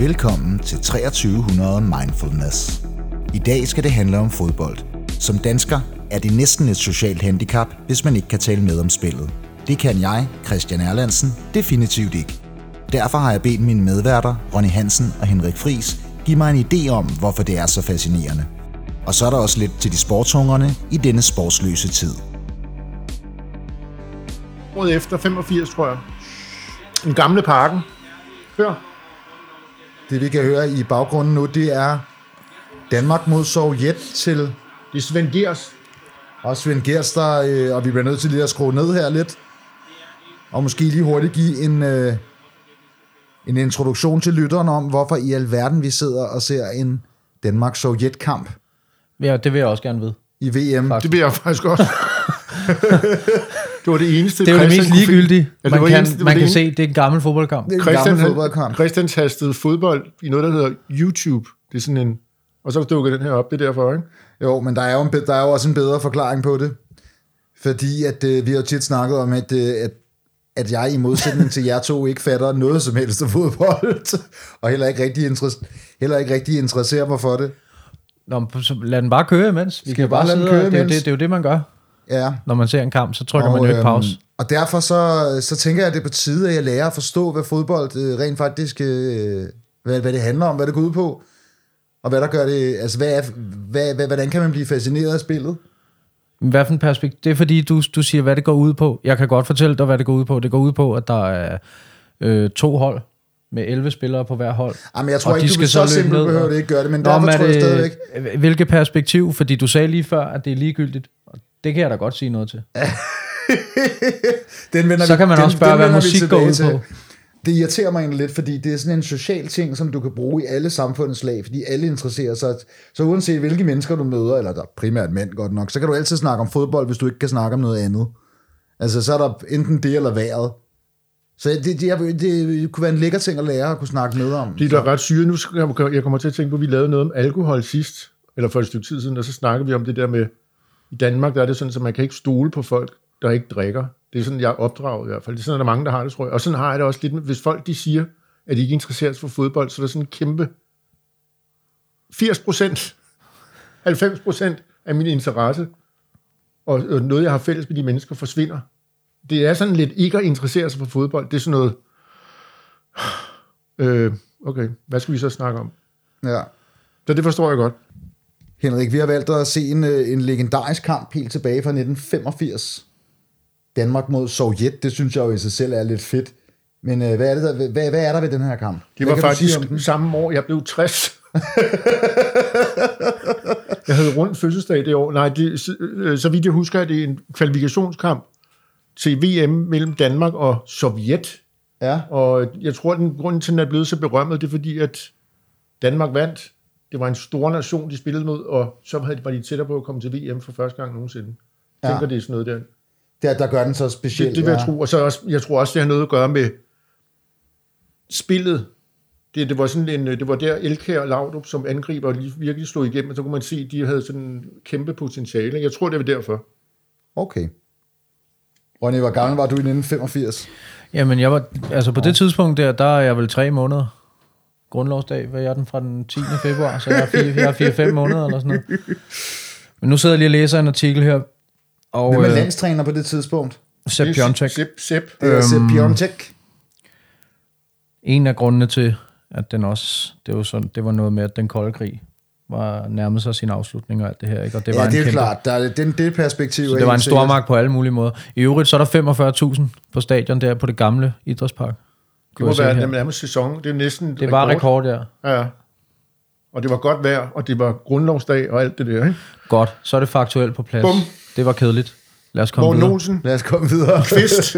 Velkommen til 2300 Mindfulness. I dag skal det handle om fodbold. Som dansker er det næsten et socialt handicap, hvis man ikke kan tale med om spillet. Det kan jeg, Christian Erlandsen, definitivt ikke. Derfor har jeg bedt mine medværter, Ronny Hansen og Henrik Friis, give mig en idé om, hvorfor det er så fascinerende. Og så er der også lidt til de sportshungrende i denne sportsløse tid. Året efter, 85 tror jeg. Den gamle Parken. Hør. Det vi kan høre i baggrunden nu, det er Danmark mod Sovjet til... Det er Svend Gers. Og Svend Gers, der, og vi bliver nødt til lige at skrue ned her lidt. Og måske lige hurtigt give en introduktion til lytteren om, hvorfor i alverden vi sidder og ser en Danmark-Sovjet-kamp. Ja, det vil jeg også gerne vide. I VM. Faktisk. Det vil jeg faktisk også. Det var det eneste. Det er jo det mest ligegyldige. Man kan se, det er en gammel fodboldkamp. Det er en gammel fodboldkamp. Christian tastede fodbold i noget, der hedder YouTube. Det er sådan en... Og så dukker den her op, det er derfor, ikke? Jo, men der er jo også en bedre forklaring på det. Fordi at vi har jo tit snakket om, at jeg i modsætning til jer to ikke fatter noget som helst af fodbold. Og heller ikke rigtig interesserer mig for det. Nå, så lad den bare køre imens. Vi kan bare lade den køre imens. Det er jo det, man gør. Ja. Når man ser en kamp, så trykker man jo ikke pause. Og derfor så tænker jeg, at det er på tide, at jeg lærer at forstå, hvad fodbold rent faktisk, hvad det handler om, hvad det går ud på, og hvad der gør det, altså hvordan kan man blive fascineret af spillet? Hvad for en perspektiv? Det er fordi, du siger, hvad det går ud på. Jeg kan godt fortælle dig, hvad det går ud på. Det går ud på, at der er 2 hold med 11 spillere på hver hold. Jamen, jeg tror ikke, du vil så simpelthen behøver det ikke gøre det, men derfor tror jeg stadigvæk. Hvilket perspektiv? Fordi du sagde lige før, at det er ligegyldigt. Det kan jeg da godt sige noget til. Så kan man også spørge, hvad musik går ud på. Det irriterer mig egentlig lidt, fordi det er sådan en social ting, som du kan bruge i alle samfundets lag, fordi alle interesserer sig. Så uanset hvilke mennesker du møder, eller der er primært mænd godt nok, så kan du altid snakke om fodbold, hvis du ikke kan snakke om noget andet. Altså, så er der enten det eller vejret. Så det kunne være en lækker ting at lære at kunne snakke med om. Det er da ret syre. Nu jeg kommer til at tænke på, at vi lavede noget om alkohol sidst, eller for et stykke tid siden, og så snakkede vi om det der med, i Danmark der er det sådan, at man kan ikke stole på folk, der ikke drikker. Det er sådan, jeg er opdraget i hvert fald. Det er sådan, at der er mange, der har det, tror jeg. Og sådan har jeg det også lidt med, hvis folk de siger, at de ikke interesserer sig for fodbold, så er der sådan en kæmpe 80%, 90% af min interesse, og noget, jeg har fælles med de mennesker, forsvinder. Det er sådan lidt ikke at interessere sig for fodbold. Det er sådan noget, okay, hvad skal vi så snakke om? Ja. Så det forstår jeg godt. Henrik, vi har valgt at se en legendarisk kamp helt tilbage fra 1985. Danmark mod Sovjet, det synes jeg jo i sig selv er lidt fedt. Men hvad er der ved den her kamp? Det var faktisk samme år, jeg blev 60. Jeg havde rundt fødselsdag det år. Nej, så vidt jeg husker, at det er en kvalifikationskamp til VM mellem Danmark og Sovjet. Ja. Og jeg tror, at grunden til, at den er blevet så berømmet, det er fordi, at Danmark vandt. Det var en stor nation, de spillede mod, og så var de tættere på at komme til VM for første gang nogensinde. Jeg tænker, det er sådan noget der. Der gør den så specielt. Det vil jeg tro. Og så også, jeg tror også, det har noget at gøre med spillet. Det var sådan det var der Elkjær og Laudrup som angriber virkelig slog igennem, og så kunne man se, at de havde sådan en kæmpe potentiale. Jeg tror, det var derfor. Okay. Ronny, hvor gammel var du i 1985? Jamen, jeg var, altså på det tidspunkt der er jeg vel 3 måneder. Grundlovsdag, hvad er den fra den 10. februar, så jeg er 4-5 måneder eller sådan noget. Men nu sidder jeg lige og læser en artikel her. Og, hvem er landstræner på det tidspunkt? Sepp Piontek. Sepp Piontek. En af grundene til, at den også, det var noget med, at den kolde krig var nærmet sig sin afslutning og alt det her, ikke? Og det var det er kæmpe, klart. Der er det perspektiv. Så det var en stormagt på alle mulige måder. I øvrigt, så er der 45.000 på stadion der på det gamle idrætspark. Det må være den nærmeste sæson. Det er næsten det var rekord, ja. Ja. Og det var godt vejr, og det var grundlovsdag og alt det der, ikke? Godt, så er det faktuelt på plads. Bum. Det var kedeligt. Lad os komme videre. Olsen. Lad os komme videre. Kvist.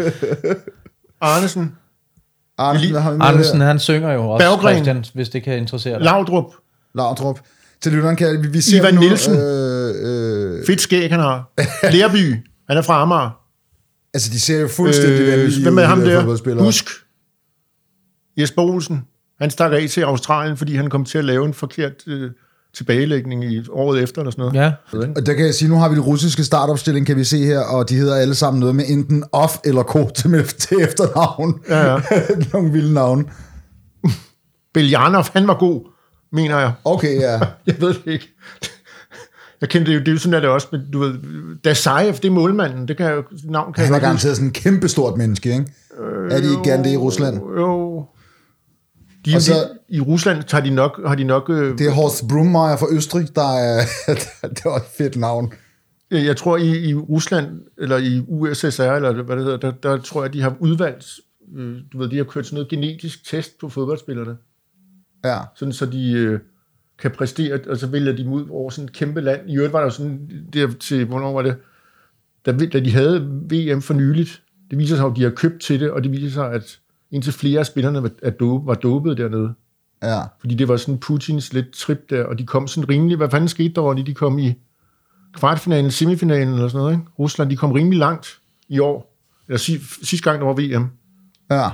Arnesen, han synger jo også, Berggren. Christian, hvis det kan interessere dig. Laudrup. Til lytteren kan vi ser Ivan nu, Nielsen. Fedt skæg, han har. Lerby. Han er fra Amager. Altså, de ser jo fuldstændig vanvittige. Hvem er ham der? Husk. Jesper Olsen. Han stak af til Australien, fordi han kom til at lave en forkert tilbagelægning i året efter eller sådan noget. Ja. Og der kan jeg sige, nu har vi det russiske startopstilling, kan vi se her, og de hedder alle sammen noget med enten off eller ko til efternavn. Ja. Nogle vilde navne. Beljanov, han var god, mener jeg. Okay, ja. Jeg ved det ikke. Jeg kendte det jo, det er jo sådan, at det også, men du ved, Dasaev, det er målmanden, det kan jeg, navn kan Han er jeg garanteret sådan en kæmpestort menneske, ikke? Er de ikke gerne det i Rusland? Jo. I Rusland har de nok... Det er Horst Brummeyer fra Østrig, der er... det var et fedt navn. Jeg tror, i Rusland, eller i USSR, eller hvad det hedder, der tror jeg, de har udvalgt... Du ved, de har kørt sådan noget genetisk test på fodboldspillerne. Ja. Sådan, så de kan præstere, og så vælger de dem ud over sådan et kæmpe land. I øvrigt var der jo sådan... hvornår var det? Da de havde VM for nyligt, det viser sig, at de har købt til det, og det viser sig, at indtil flere af spillerne var dopet dernede. Ja. Fordi det var sådan Putins lidt trip der, og de kom sådan rimelig... Hvad fanden skete der, hvor de kom i kvartfinalen, semifinalen eller sådan noget, ikke? Rusland, de kom rimelig langt i år. Eller sidste gang, der var VM. Ja.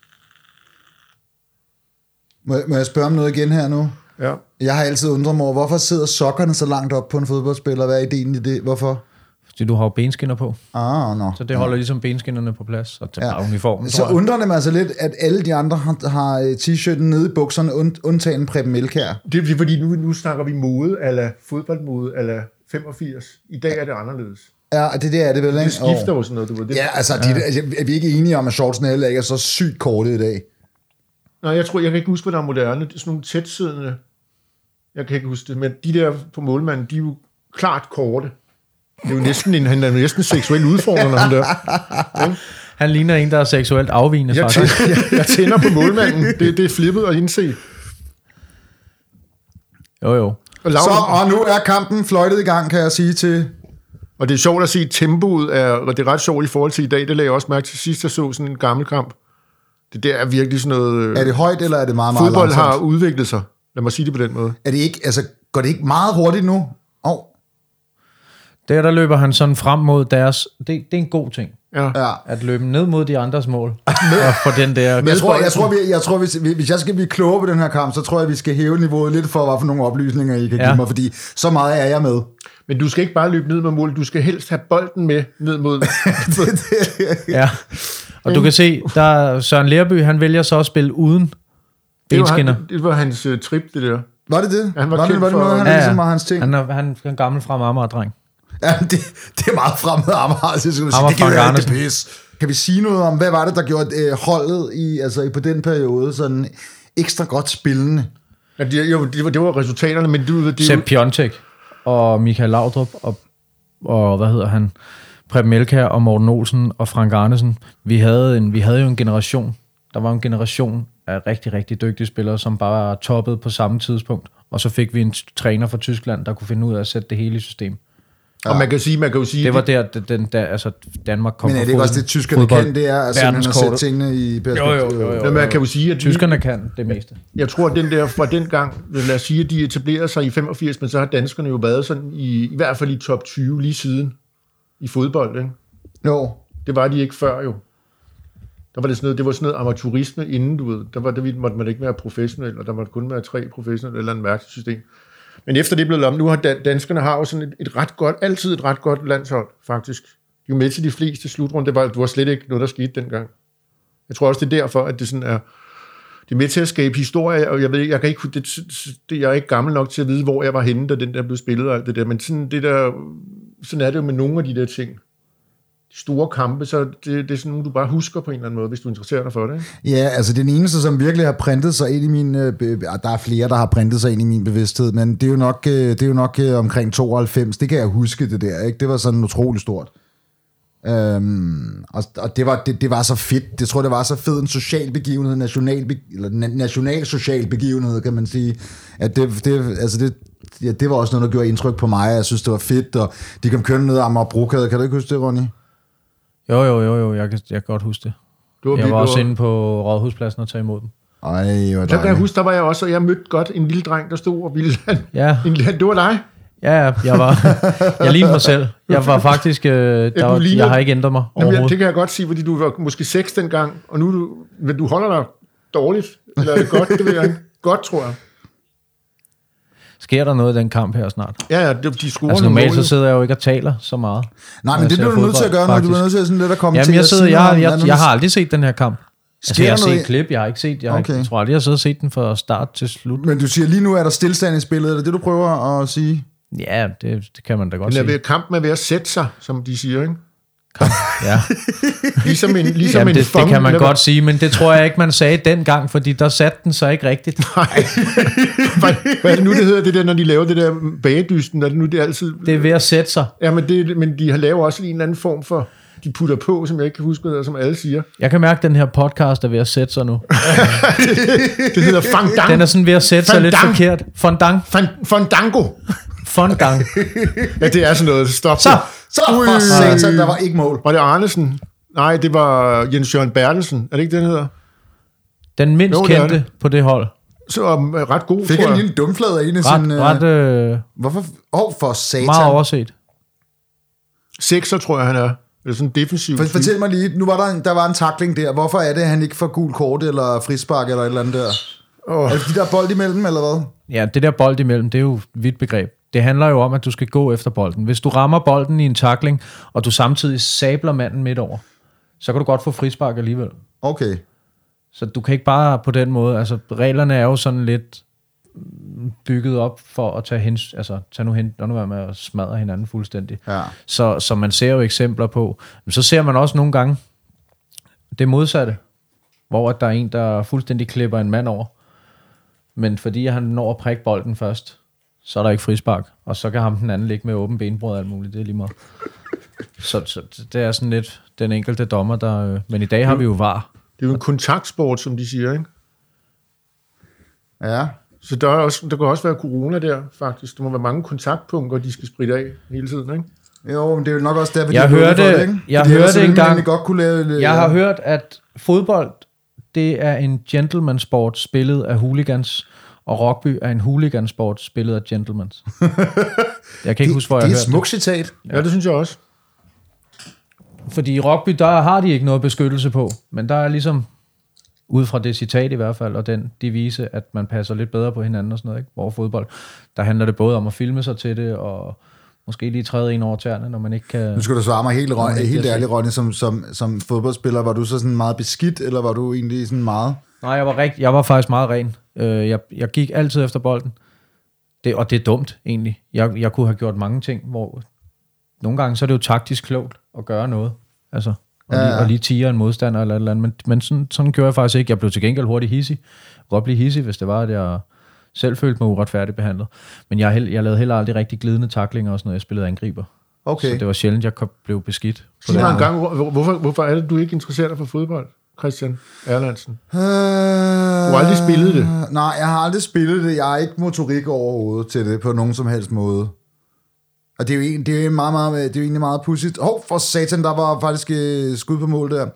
Må jeg spørge om noget igen her nu? Ja. Jeg har altid undret mig over, hvorfor sidder sokkerne så langt op på en fodboldspiller? Hvad er ideen i det? Hvorfor? Fordi du har jo benskinner på. No. Så det holder ligesom benskinnerne på plads. Og til uniformen, så undrer det mig altså lidt, at alle de andre har t-shirten nede i bukserne, undtagen Preben Elkjær. Det er fordi, nu snakker vi mode, eller fodboldmode, eller 85. I dag er det anderledes. Ja, det er det vel, ikke? Det skifter jo sådan noget, du ved. Ja, altså, er vi ikke enige om, at shortsen heller ikke er så sygt kortet i dag? Nej, jeg kan ikke huske, hvad der er moderne. Det er sådan nogle tætsiddende... Jeg kan ikke huske det, men de der på målmanden, de er jo klart korte. Det er jo næsten han er næsten seksuelt udfordrende, han der. Ja? Han ligner en, der er seksuelt afvigende. Jeg tænder på målmanden. Det er flippet at indse. Jo. Og nu er kampen fløjtet i gang, kan jeg sige til... Og det er sjovt at se, tempoet det er ret sjovt i forhold til i dag. Det lagde jeg også mærke til sidst, jeg så sådan en gammel kamp. Det der er virkelig sådan noget... Er det højt, eller er det meget, meget fodbold langsomt? har udviklet sig. Lad mig sige det på den måde. Er det ikke, altså, går det ikke meget hurtigt nu? Der løber han sådan frem mod deres... Det er en god ting. Ja. At løbe ned mod de andres mål. Og for den der... Jeg tror hvis jeg skal blive klogere på den her kamp, så tror jeg, vi skal hæve niveauet lidt for, hvad for nogle oplysninger, I kan give mig, fordi så meget er jeg med. Men du skal ikke bare løbe ned mod mål, du skal helst have bolden med ned mod... Ja, og du kan se, der Søren Lerby, han vælger så at spille uden benskinner. Det var hans trip, det der. Var det det? Han var det noget, han ligesom var hans ting? Han er en gammel fra Amager-dreng. Ja, det er meget fremmed Amager, så det giver det pis. Kan vi sige noget om, hvad var det, der gjorde holdet på den periode sådan ekstra godt spillende? Ja, det var resultaterne, men Sepp Piontek og Michael Laudrup og hvad hedder han, Preben Elkjær og Morten Olsen og Frank Arnesen. Vi havde jo en generation. Der var en generation af rigtig, rigtig dygtige spillere, som bare var toppet på samme tidspunkt. Og så fik vi en træner fra Tyskland, der kunne finde ud af at sætte det hele i system. Og man kan jo sige... Det var der altså Danmark kom. Men er det ikke også det, tyskerne kan, det er simpelthen at sætte tingene i perspektiv? Jo. Man kan jo sige, at tyskerne kan det meste. Jeg tror, at den der fra den gang, lad os sige, at de etablerede sig i 85, men så har danskerne jo været sådan i hvert fald i top 20 lige siden i fodbold, ikke? Jo. Det var de ikke før jo. Der var det var sådan noget amatørisme inden, du ved. Der måtte man ikke være professionel, og der måtte kun være 3 professionelle eller en mærkesystem. Men efter det blev lavet, nu har danskerne har jo sådan altid et ret godt landshold, faktisk. De er med til de fleste slutrunde. Det var slet ikke noget, der skete dengang. Jeg tror også, det er derfor, at det sådan er... Det er med til at skabe historie, og jeg er ikke gammel nok til at vide, hvor jeg var henne, da den der blev spillet og alt det der. Men sådan er det jo med nogle af de der ting. De store kampe, så det er sådan nogle, du bare husker på en eller anden måde, hvis du interesserer dig for det. Ikke? Ja, altså den eneste, som virkelig har printet sig ind i min... der er flere, der har printet sig ind i min bevidsthed, men det er jo nok omkring 92. Det kan jeg huske, det der. Ikke? Det var sådan utroligt stort. Og det var så fedt. Jeg tror, det var så fed en social begivenhed, national social begivenhed, kan man sige. At det var også noget, der gjorde indtryk på mig. Jeg synes, det var fedt, og de kom kørende ned af Amagerbrogade. Kan du ikke huske det, Ronny? Jo, jeg kan godt huske det. Jeg var også inde på Rådhuspladsen og tage imod dem. Ej, der kan jeg huske, der var jeg også, og jeg mødte godt en lille dreng, der stod og ville... Ja. Det var dig? Ja, jeg lignede mig selv. Jeg var faktisk... jeg har ikke ændret mig overhovedet. Det kan jeg godt sige, fordi du var måske 6 dengang, og nu du holder dig dårligt. Eller er det godt? Det ved jeg ikke. Godt, tror jeg. Sker der noget i den kamp her snart? Ja, de scorer altså normalt så sidder jeg jo ikke og taler så meget. Nej, men det bliver du nødt til at gøre, når du er nødt til sådan lidt at komme til. Jamen, jeg har aldrig set den her kamp. Altså, jeg har set klip, jeg har ikke set, jeg tror aldrig, jeg har siddet og set den fra start til slut. Men du siger, lige nu er der stilstand i spillet, er det det, du prøver at sige? Ja, det kan man da godt sige. Kampen er ved at sætte sig, som de siger, ikke? Ja. ligesom Jamen, det kan man godt sige, men det tror jeg ikke, man sagde dengang, fordi der satte den så ikke rigtigt. Nej. Hvad er det nu, det hedder, det der, når de laver det der bagedysten? Er det nu, det er altid... Det er ved at sætte sig. Ja, men de har lavet også en eller anden form for... De putter på, som jeg ikke kan huske, som alle siger. Jeg kan mærke, at den her podcast er ved at sætte sig nu. det hedder fandang. Den er sådan ved at sætte sig lidt forkert. Fondang. Fandango. Fondang. Ja, det er sådan noget. Stop. Så for satan, der var ikke mål. Var det Arnesen? Nej, det var Jens Jørgen Bertelsen. Er det ikke, den hedder? Den mindst kendte på det hold. Så ret god, fik en lille dumflade af en af sin... Hvorfor? For satan. Meget overset. 6'er, tror jeg, han er. Eller sådan defensiv. Fortæl mig lige, nu var der var en tackling der. Hvorfor er det, at han ikke får gul kort eller frispark eller et eller andet der? Er det de der bold imellem, eller hvad? Ja, det der bold imellem, det er jo et vidt begreb. Det handler jo om, at du skal gå efter bolden. Hvis du rammer bolden i en tackling, og du samtidig sabler manden midt over, så kan du godt få frispark alligevel. Okay. Så du kan ikke bare på den måde, altså reglerne er jo sådan lidt bygget op for at tage nu være med at smadre hinanden fuldstændig. Ja. Så man ser jo eksempler på, men så ser man også nogle gange det modsatte, hvor der er en, der fuldstændig klipper en mand over, men fordi han når at prikke bolden først, så er der ikke frispark, og så kan ham den anden ligge med åben benbrud og alt muligt, det er lige meget. Så det er sådan lidt den enkelte dommer, der... Men i dag har vi jo VAR. Det er jo en kontaktsport, som de siger, ikke? Ja. Så der kan også være corona der, faktisk. Der må være mange kontaktpunkter, de skal spritte af hele tiden, ikke? Jo, men det er jo nok også der, jeg hørte engang, godt kunne lave... Jeg har hørt, at fodbold, det er en gentleman-sport spillet af hooligans, og rugby er en hooligansport spillet af gentlemans. Jeg kan ikke huske, hvor jeg har hørt det. Det er et smukt citat. Ja, det synes jeg også. Fordi i rugby, der har de ikke noget beskyttelse på, men der er ligesom, ud fra det citat i hvert fald, og den devise, at man passer lidt bedre på hinanden og sådan noget, ikke? Hvor fodbold, der handler det både om at filme sig til det, og måske lige træde en over tæerne, når man ikke kan... Nu skal du svare mig helt ærligt, Ronny, som fodboldspiller, var du så sådan meget beskidt, eller var du egentlig sådan meget... Nej, jeg var faktisk meget ren. Jeg gik altid efter bolden. Og det er dumt, egentlig. Jeg kunne have gjort mange ting, hvor nogle gange så er det jo taktisk klogt at gøre noget. Altså, og lige tiger en modstander eller et eller andet. Men sådan gjorde jeg faktisk ikke. Jeg blev til gengæld hurtigt hissig. Jeg kunne godt blive hissig, hvis det var, at jeg selv følte mig uretfærdigt behandlet. Men jeg lavede heller aldrig rigtig glidende tacklinger og sådan noget. Jeg spillede angriber. Okay. Så det var sjældent, jeg blev beskidt. Sig mig en gang, hvorfor er det, du ikke interesserer dig for fodbold, Christian Erlandsen? Du har aldrig spillet det? Nej, jeg har aldrig spillet det. Jeg har ikke motorik overhovedet til det på nogen som helst måde. Og det er jo egentlig meget pudsigt. For satan, der var faktisk skud på mål der.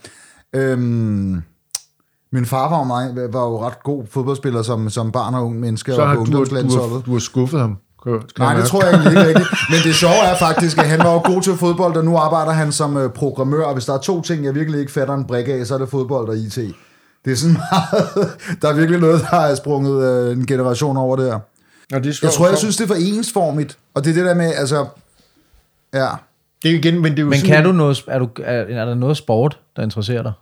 Min far var jo ret god fodboldspiller som barn og ung menneske. Så og du har skuffet ham? Nej, det tror jeg egentlig ikke rigtigt. Men det sjove er faktisk, at han var jo god til fodbold, og nu arbejder han som programmør. Og hvis der er 2 ting, jeg virkelig ikke fatter en brik af, så er det fodbold og IT. Det er sådan meget... Der er virkelig noget, der er sprunget en generation over det her. Ja, det jeg synes, det er for ensformigt. Og det er det der med, altså... Ja. Det er igen, men det er jo men kan du noget... Er der noget sport, der interesserer dig?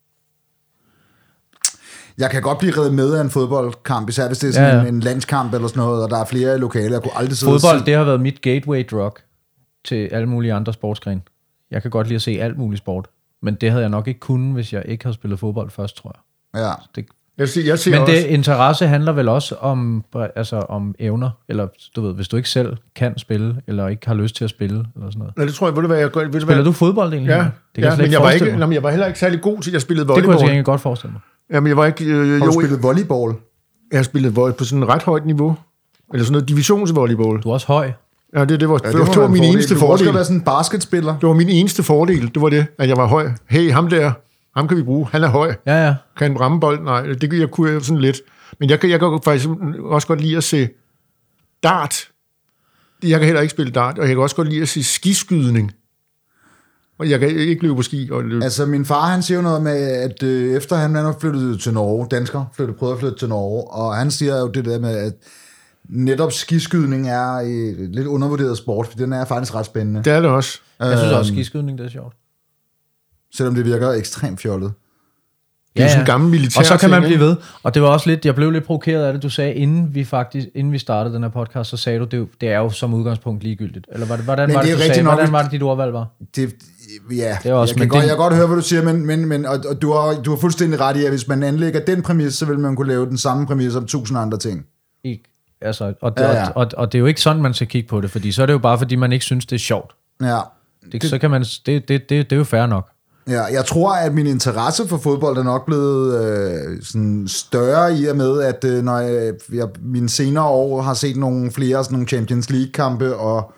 Jeg kan godt blive reddet med af en fodboldkamp, især hvis det er sådan en landskamp eller sådan noget, og der er flere lokale, jeg kunne aldrig sidde fodbold, det har været mit gateway drug til alle mulige andre sportsgrene. Jeg kan godt lide at se alt muligt sport, men det havde jeg nok ikke kunnet, hvis jeg ikke havde spillet fodbold først, tror jeg. Ja. Jeg ser men også... det interesse handler vel også om evner, eller du ved, hvis du ikke selv kan spille, eller ikke har lyst til at spille, eller sådan noget. Nej, det tror jeg, ved du hvad, jeg gør... Spiller du fodbold egentlig? Ja, det kan men jeg var heller ikke særlig god til, jeg spillede volleyball. Det kunne jeg egentlig godt forestille mig. Jamen, jeg var ikke... Har du spillet volleyball? Jeg har spillet på sådan et ret højt niveau. Eller sådan noget divisionsvolleyball. Du er også høj. Ja, det var min eneste fordel. Du skal være sådan en basketspiller. Det var min eneste fordel. Det var det, at jeg var høj. Hey, ham kan vi bruge. Han er høj. Ja. Kan han ramme bold? Nej, det kunne jeg sådan lidt. Men jeg kan faktisk også godt lide at se dart. Jeg kan heller ikke spille dart. Og jeg kan også godt lide at se skiskydning. Og jeg kan ikke løbe på ski og løbe. Altså, min far, han siger jo noget med, at efter han er flyttet til Norge, prøvede at flytte til Norge, og han siger jo det der med, at netop skiskydning er lidt undervurderet sport, for den er faktisk ret spændende. Det er det også. Jeg synes også, skiskydning det er sjovt. Selvom det virker ekstremt fjollet. Det er jo sådan en gammel militær. Og så kan man blive ved. Og det var også lidt, jeg blev lidt provokeret af det, du sagde, inden vi startede den her podcast, så sagde du, det er jo som udgangspunkt ligegyldigt. Eller hvordan var det, du sagde? Hvordan var det, dit ordvalg var? Ja, det er også, jeg kan godt høre, hvad du siger, men og du har fuldstændig ret i, at hvis man anlægger den præmis, så vil man kunne lave den samme præmis om 1000 andre ting. Altså, og det er jo ikke sådan, man skal kigge på det, fordi så er det jo bare, fordi man ikke synes, det er sjovt. Ja. Det er jo fair nok. Ja, jeg tror, at min interesse for fodbold er nok blevet sådan større i og med, at når jeg mine senere år har set nogle flere sådan nogle Champions League-kampe og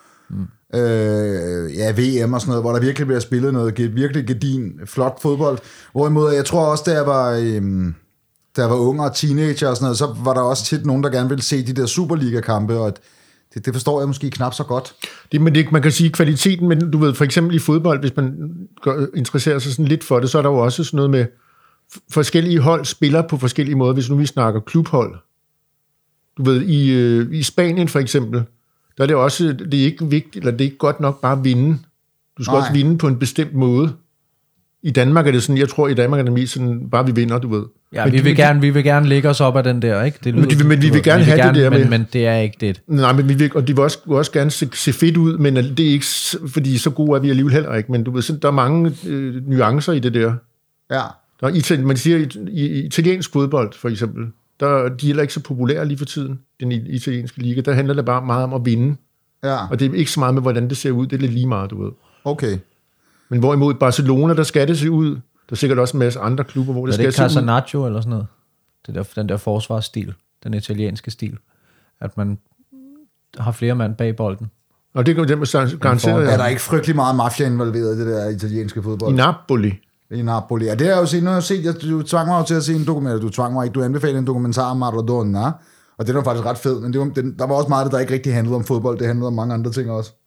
VM og sådan noget, hvor der virkelig bliver spillet noget virkelig gedin, flot fodbold. Hvorimod, jeg tror også, da jeg var ung og teenager og sådan noget, så var der også tit nogen, der gerne ville se de der Superliga-kampe, og det forstår jeg måske knap så godt. Man kan sige kvaliteten, men du ved, for eksempel i fodbold, hvis man interesserer sig sådan lidt for det, så er der jo også sådan noget med forskellige hold spiller på forskellige måder, hvis nu vi snakker klubhold. Du ved, i Spanien for eksempel, der er det også, det er ikke vigtigt, eller det er ikke godt nok bare at vinde. Du skal også vinde på en bestemt måde. I Danmark er det sådan, jeg tror i Danmark er det mest sådan, bare vi vinder, du ved. Ja, men vi vil gerne lægge os op af den der, ikke? Det lyder, men vi vil gerne have det der med. Men det er ikke det. Nej, men de vil også gerne se fedt ud, men det er ikke, fordi så gode er vi alligevel heller ikke. Men du ved, der er mange nuancer i det der. Ja. Man siger, i italiensk fodbold for eksempel, de er heller ikke så populære lige for tiden, den italienske liga. Der handler det bare meget om at vinde. Ja. Og det er ikke så meget med, hvordan det ser ud. Det er lidt lige meget, du ved. Okay. Men hvorimod Barcelona, der skal det se ud. Der er sikkert også en masse andre klubber, hvor det skal se ud. Er det Casanaccio eller sådan noget? Den der forsvarsstil, den italienske stil. At man har flere mand bag bolden. Og det kan jo garanteret. Er der ikke frygtelig meget mafia involveret i det der italienske fodbold? I Napoli. Ja, det har jeg jo set. Nu har jeg set, du tvang mig til at se en dokumentar. Du anbefalede en dokumentar om Maradona. Og det var faktisk ret fed, men der var også meget, der ikke rigtig handlede om fodbold. Det handlede om mange andre ting også.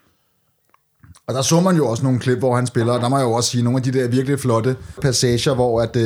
Og der så man jo også nogle klip, hvor han spiller, og der må jeg jo også sige, nogle af de der virkelig flotte passager, hvor at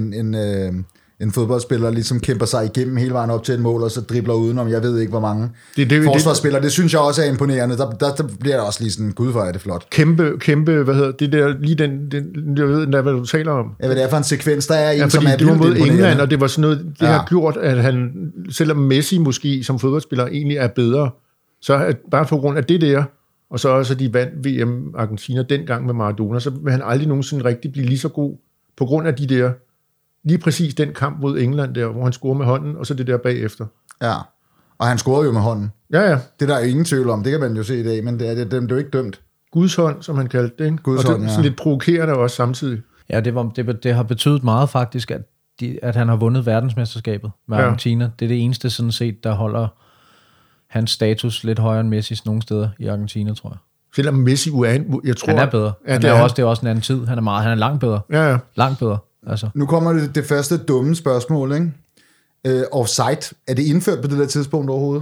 en fodboldspiller ligesom kæmper sig igennem hele vejen op til et mål, og så dribler udenom, jeg ved ikke hvor mange forsvarsspillere. Det synes jeg også er imponerende. Der bliver det også lige sådan, gud hvor er det flot. Kæmpe, hvad hedder det der, lige den jeg ved hvad du taler om. Ja, hvad det er for en sekvens, der er en, som er det var mod England, og det var sådan noget, det har gjort, at han, selvom Messi måske som fodboldspiller egentlig er bedre, så bare på grund af det der, og så også de vandt VM Argentina dengang med Maradona, så vil han aldrig nogensinde rigtig blive lige så god, på grund af de der, lige præcis den kamp mod England der, hvor han scorer med hånden, og så det der bagefter. Ja, og han scorede jo med hånden. Ja. Det der er jo ingen tvivl om, det kan man jo se i dag, men det er jo ikke dømt. Guds hånd, som han kaldte det, ikke? Guds og hånd, det sådan lidt provokerende også samtidig. Ja, det har betydet meget faktisk, at han har vundet verdensmesterskabet med Argentina. Det er det eneste sådan set, der holder hans status lidt højere end Messis nogle steder i Argentina, tror jeg. Selvom Messi jeg tror... Han er bedre. Ja, det er også en anden tid. Han er langt bedre. Ja. Langt bedre. Altså. Nu kommer det første dumme spørgsmål, ikke? Offside. Er det indført på det der tidspunkt overhovedet?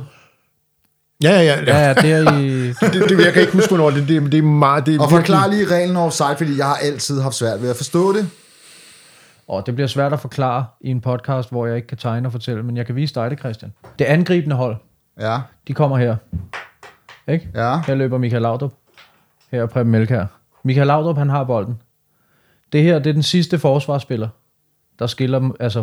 Ja, det er i... det jeg kan ikke huske, hvornår det er meget... Og forklar lige reglen offside, fordi jeg har altid haft svært ved at forstå det. Og det bliver svært at forklare i en podcast, hvor jeg ikke kan tegne og fortælle, men jeg kan vise dig det, Christian. Det angribende hold, de kommer her. Ikke? Ja. Her løber Michael Laudrup. Her er Preben Melkjær. Michael Laudrup, han har bolden. Det her, det er den sidste forsvarsspiller, der skiller dem, altså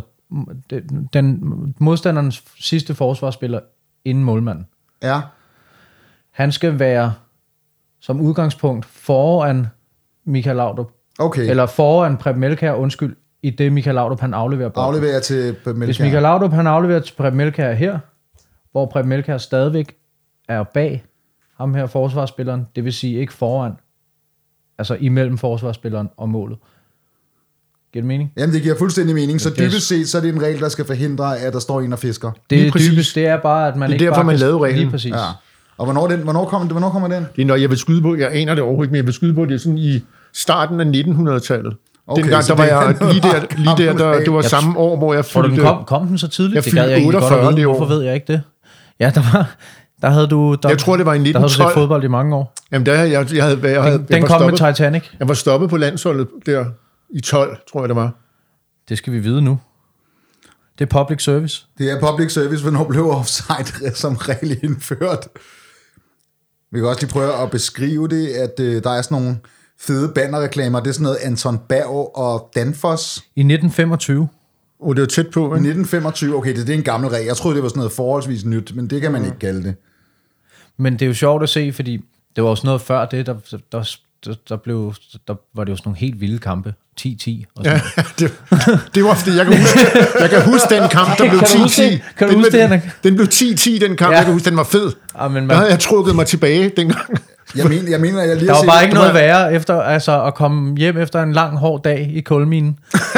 den modstanderens sidste forsvarsspiller inden målmanden. Ja. Han skal være som udgangspunkt foran Michael Laudrup. Okay. Eller foran Preben Melkjær, i det Michael Laudrup, han afleverer bolden. Afleverer til Preben Melkjær. Hvis Michael Laudrup, han afleverer til Preben Melkjær her, hvor Preben Melkjær stadigvæk er bag ham her forsvarsspilleren, det vil sige ikke foran, altså imellem forsvarsspilleren og målet. Giver det mening? Jamen, det giver fuldstændig mening. Så dybest set, så er det en regel, der skal forhindre, at der står en og fisker. Det er dybest, det er bare, at man det er ikke derfor, bare man lavede reglen. Lige præcis. Ja. Og hvornår kommer den? Det er, når jeg vil skyde på, jeg aner det overhovedet ikke, men jeg vil skyde på, det er sådan i starten af 1900-tallet. Okay, dengang, der var jeg lige der, det var samme år, hvor jeg fyldte... Kom den så tidligt? Jeg fyldte 48 det år. Hvorfor ved jeg ikke det? Ja, der havde du... Jeg tror, det var i 1912. Der havde du set fodbold i mange år. Jamen, den kom med Titanic. Jeg var stoppet på landsholdet der i 12, tror jeg det var. Det skal vi vide nu. Det er public service. Det er public service, hvornår blev offside som regel indført. Vi kan også lige prøve at beskrive det, at der er sådan nogle fede bannerreklamer. Det er sådan noget Anton Berg og Danfoss. I 1925. Det var tæt på, I 1925, okay, det er en gammel regel. Jeg troede, det var sådan noget forholdsvis nyt, men det kan man ikke kalde det. Men det er jo sjovt at se, fordi det var også noget før det, der var det jo sådan nogle helt vilde kampe. 10-10. Og ja, det var fordi, jeg kan huske den kamp, der blev 10-10. Kan du huske det? Den blev 10-10, den kamp. Ja. Jeg kan huske, den var fed. Ja, men der havde jeg trukket mig tilbage dengang. Jeg mener, jeg lige der var bare ikke noget værre efter, altså, at komme hjem efter en lang, hård dag i kulminen.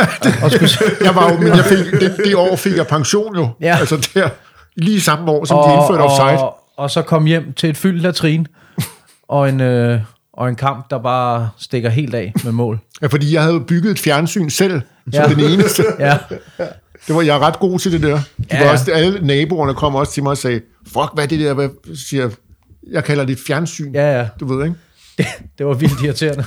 Det år fik jeg pension jo. Ja. Altså der, lige samme år, som de indførte offside. Og så kom hjem til et fyldt latrin, og en kamp, der bare stikker helt af med mål. Ja, fordi jeg havde bygget et fjernsyn selv, som den eneste. Ja. Jeg er ret god til det der. Alle naboerne kom også til mig og sagde, fuck, hvad er det der, hvad siger jeg kalder det et fjernsyn. Ja. Du ved, ikke? Det var vildt irriterende.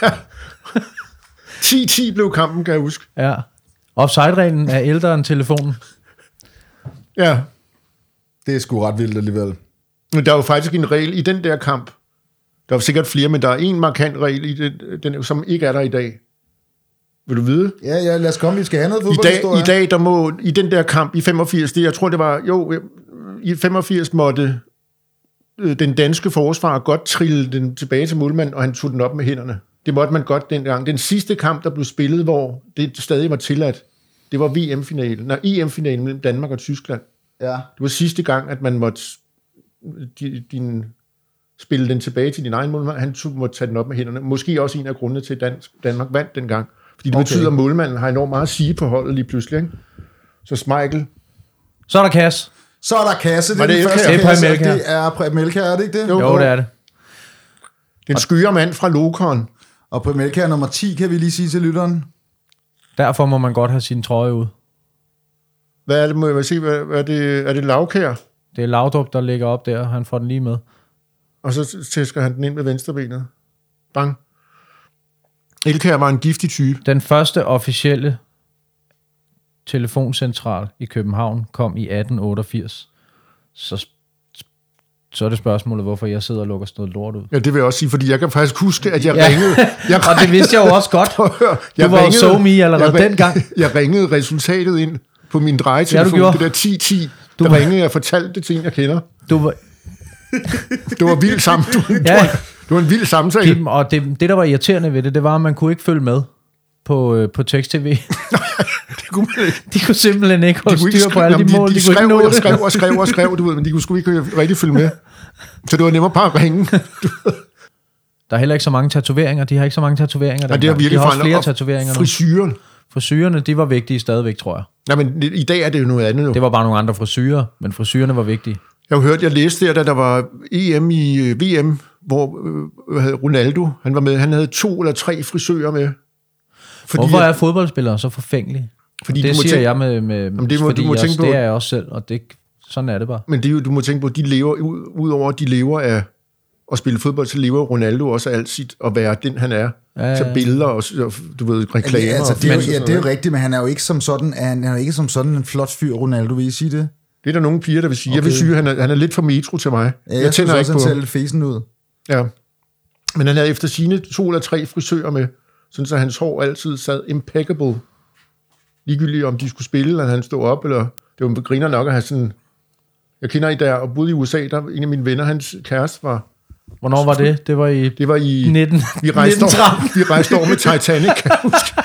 10-10 blev kampen, kan jeg huske. Ja. Offside-reglen er ældre end telefonen. Ja. Det er sgu ret vildt alligevel. Men der er jo faktisk en regel i den der kamp. Der er sikkert flere, men der er en markant regel i den, som ikke er der i dag. Vil du vide? Ja, lad os komme, vi skal have noget fodboldhistorie. I dag, der må, i den der kamp i 85, jeg tror det var, i 85 måtte den danske forsvar godt trille den tilbage til målmanden, og han tog den op med hænderne. Det måtte man godt dengang. Den sidste kamp, der blev spillet, hvor det stadig var tilladt, det var EM-finalen mellem Danmark og Tyskland. Ja. Det var sidste gang, at man måtte spille den tilbage til din egen målmand. Han måtte tage den op med hænderne. Måske også en af grundene til, at Danmark vandt dengang. Fordi det betyder, at målmanden har enormt meget at sige på holdet lige pludselig. Ikke? Så Schmeichel. Så er der kasse. Så er der kasse. Det er Præm Elkjær, er det ikke det? Jo, det er det. Den skøre mand fra Lokeren. Og Præm Elkjær nummer 10, kan vi lige sige til lytteren. Derfor må man godt have sin trøje ud. Hvad er det, må jeg se? Er det Lavkær? Det er Laudrup, der ligger op der. Han får den lige med. Og så tæsker han den ind med venstrebenet. Bang. Elkjær var en giftig type. Den første officielle telefoncentral i København kom i 1888. Så er det spørgsmålet, hvorfor jeg sidder og lukker sådan noget lort ud. Ja, det vil jeg også sige, fordi jeg kan faktisk huske, at jeg ringede. Og det vidste jeg jo også godt. Du var jo so me allerede dengang. Jeg ringede resultatet ind på min drejetelefon. Det der 1010. Der ringede jeg og fortalte det til en, jeg kender. Det var vildt sammen. Det var en vild samtale. Kim, og det, der var irriterende ved det var, at man kunne ikke følge med på tekst-tv. Det kunne man ikke. De kunne simpelthen ikke holde styr på alle de mål. De skrev, du ved, men de kunne sgu ikke rigtig følge med. Så det var nemmere bare at ringe. Der er heller ikke så mange tatoveringer. De har ikke så mange tatoveringer. Ja, det har virkelig de har også flere tatoveringer. Frisyrerne, de var vigtige stadigvæk, tror jeg. Nej, men i dag er det jo noget andet. Jo. Det var bare nogle andre frisyrer, men frisyrerne var vigtige. Jeg læste der var EM i VM, hvor Ronaldo, han var med. Han havde 2 eller 3 frisører med. Hvorfor er fodboldspillere så forfængelige? Fordi det siger jeg med fordi det er jeg også selv, og sådan er det bare. Men du må tænke på, at de lever, udover at de lever af at spille fodbold, så lever Ronaldo også af alt sit at være den, han er. Ja. Så billeder og, du ved, reklamer. Altså, det er jo rigtigt, men han er jo ikke som sådan, en flot fyr, Ronaldo, vil I sige det? Det er der nogle piger, der vil sige. Okay. Jeg vil sige, han er lidt for metro til mig. Ja, jeg tænder ikke på. Han ser lidt fesen ud. Ja. Men han havde efter sine 2 eller 3 frisører med, sådan så hans hår altid sad impeccable. Ligegyldigt om de skulle spille, eller han stod op, eller det var griner nok at have sådan. Jeg kender i der, og boede i USA, der en af mine venner, hans kæreste var. Hvornår var det? Det var i 1913. Vi rejste over med Titanic, kan jeg huske.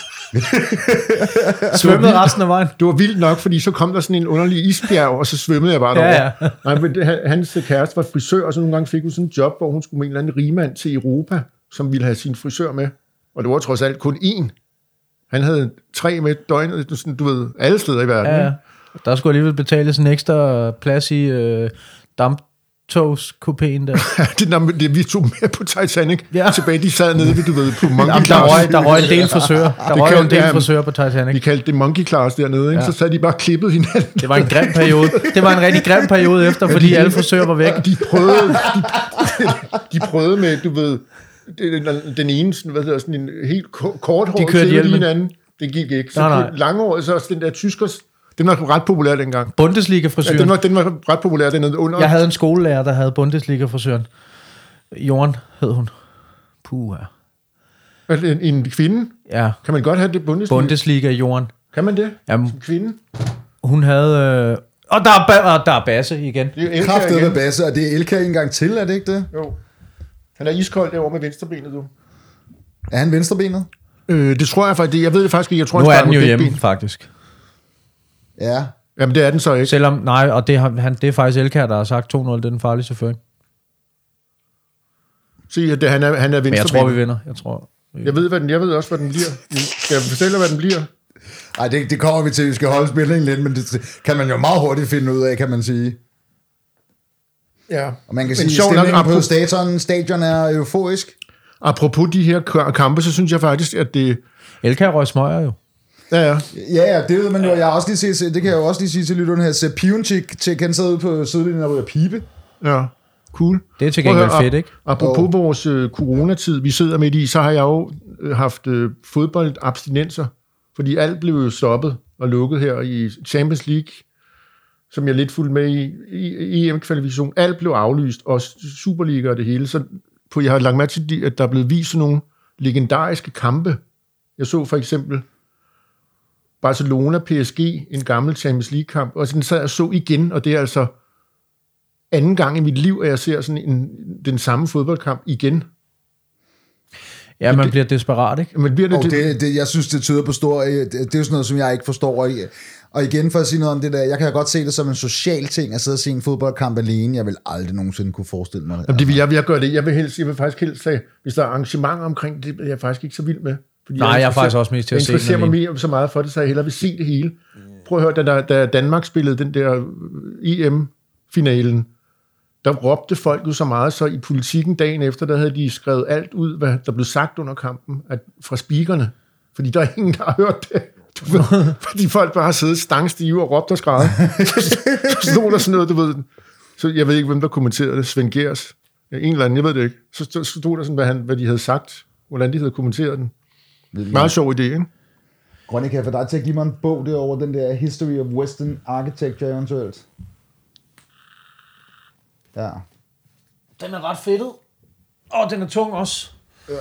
Svømmede resten af vejen. Det var vildt nok, fordi så kom der sådan en underlig isbjerg, og så svømmede jeg bare derover. Ja. Nej, men hans kæreste var frisør, og så nogle gange fik hun sådan en job, hvor hun skulle med en eller anden rigmand til Europa, som ville have sin frisør med. Og det var trods alt kun 1. Han havde 3 med døgnet, sådan, du ved, alle steder i verden. Ja. Der skulle alligevel betales en ekstra plads i damptogskupéen der. det vi tog med på Titanic tilbage, de sad nede, du ved, på Monkey Class. Der røg en del frisører. Der røg en del frisører på Titanic. Vi kaldte det Monkey Class dernede, ikke? Så sad de bare klippet hinanden. Det var en grim periode. Det var en rigtig grim periode efter, fordi alle frisører var væk. De prøvede med, du ved, den ene, sådan en helt kort hår til hinanden. Det gik ikke. Så langhåret, så også den der tyskers. Den var ret populær dengang. Bundesliga-frisøren. Ja, den var ret populær. Den under. Jeg havde en skolelærer, der havde Bundesliga-frisøren. Jorden hed hun. Puh. En kvinde? Ja. Kan man godt have det Bundesliga? Bundesliga i jorden. Kan man det? Jamen, som kvinde? Hun havde... Og der er Basse igen. Det er Kraftet med Basse, og det er Elka en gang til, er det ikke det? Jo. Han er iskold derovre med venstrebenet, du. Er han venstrebenet? Det tror jeg faktisk. Jeg ved det faktisk ikke. Jeg tror, Nu han er den jo hjemme, ben. faktisk. Ja. Jamen, det er den så ikke. Selvom, nej, og det er faktisk Elkær, der har sagt 2-0, det er den farligste føring. Se, at han er venstrebenet. Men jeg tror, vi vinder. Jeg ved også, hvad den bliver. Skal jeg fortælle, hvad den bliver? Ej, det kommer vi til. Vi skal holde spillingen lidt, men det kan man jo meget hurtigt finde ud af, kan man sige. Ja. Og man kan sige, at stemningen på stadion er euforisk. Apropos de her kampe, så synes jeg faktisk, at det... Elkær røg smøger jo. Ja. Ja, det ved man jo. Jeg har også lige set, det kan jeg jo også lige sige til lytterne her. Sepp Piontek, han sad ude på sidelinjen og ryger pibe. Ja, cool. Det er til gengæld fedt, ikke? Apropos vores coronatid, vi sidder midt i, så har jeg jo haft fodboldabstinenser, fordi alt blev jo stoppet og lukket her i Champions League, som jeg lidt fulgte med i EM-kvalifikation. Alt blev aflyst, og Superliga og det hele. Så jeg har lagt mærke til, at der er blevet vist nogle legendariske kampe. Jeg så for eksempel Barcelona-PSG, en gammel Champions League-kamp, og den sad jeg så igen, og det er altså anden gang i mit liv, at jeg ser sådan den samme fodboldkamp igen. Ja, man bliver desperat, ikke? Men bliver det, jeg synes, det tyder på stor... Det er jo sådan noget, som jeg ikke forstår. Og igen, for at sige noget om det der, jeg kan godt se det som en social ting, at sidde og se en fodboldkamp alene. Jeg vil aldrig nogensinde kunne forestille mig det. Jamen, det vil jeg gøre det. Jeg vil faktisk helst sige, hvis der er arrangementer omkring det, er jeg faktisk ikke så vild med. Fordi nej, jeg er faktisk også mest til at se det. Jeg interesserer mig mere så meget for det, så jeg hellere vil se det hele. Prøv at høre, da Danmark spillede den der EM-finalen, der råbte folk jo så meget, så i Politikken dagen efter, der havde de skrevet alt ud, hvad der blev sagt under kampen fra speakerne. Fordi der er ingen, der har hørt det. Fordi folk bare har siddet stangstive og råbt og skrevet. Så stod der sådan noget, du ved. Så jeg ved ikke, hvem der kommenterede det. Svend Gers. Ja, en eller anden, jeg ved det ikke. Så stod der sådan, hvad de havde sagt, hvordan de havde kommenteret den. Meget sjov idé, ikke? Ronny, kan jeg få dig til at give mig en bog derovre, den der History of Western Architecture eventuelt? Ja. Den er ret fedtet. Den er tung også. Ja.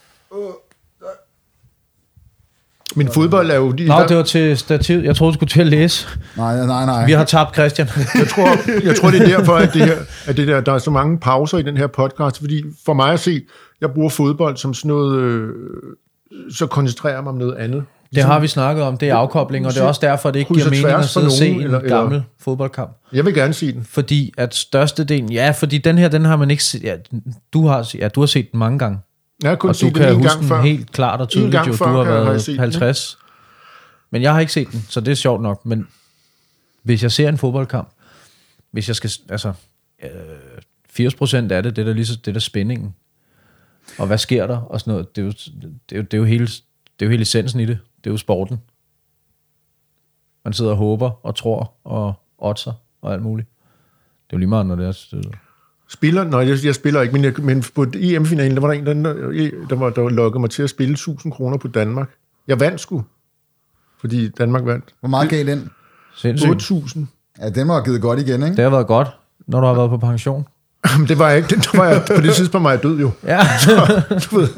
Men fodbold er jo... det var til stativ. Jeg troede, du skulle til at læse. Nej. Vi har tabt Christian. jeg tror, det er derfor, at der er så mange pauser i den her podcast, fordi for mig at se, jeg bruger fodbold som sådan noget... så koncentrerer jeg mig om noget andet. Det har vi snakket om, det er afkobling, og det er også derfor, det ikke giver mening at sidde og se en gammel fodboldkamp. Jeg vil gerne se den. Fordi at størstedelen... Ja, fordi den har man ikke set... Ja, du har set den mange gange. Jeg har kun set den en gang før. Helt klart og tydeligt, jo. Du har været 50. Men jeg har ikke set den, så det er sjovt nok. Men hvis jeg ser en fodboldkamp, hvis jeg skal... Altså, 80% af det er det der spændingen. Og hvad sker der? Og sådan noget. Det er jo hele essensen i det. Det er jo sporten. Man sidder og håber og tror og oddser og alt muligt. Det er jo lige meget, når det er... Spiller? Nej, jeg spiller ikke, men på EM-finalen, der var der en, der lokkede mig til at spille 1.000 kroner på Danmark. Jeg vandt sgu, fordi Danmark vandt. Hvor meget gav den? 8.000. Ja, den var givet godt igen, ikke? Det har været godt, når du har været på pension. Det var jeg ikke. På det tidspunkt var jeg død jo. Ja. Så, du ved.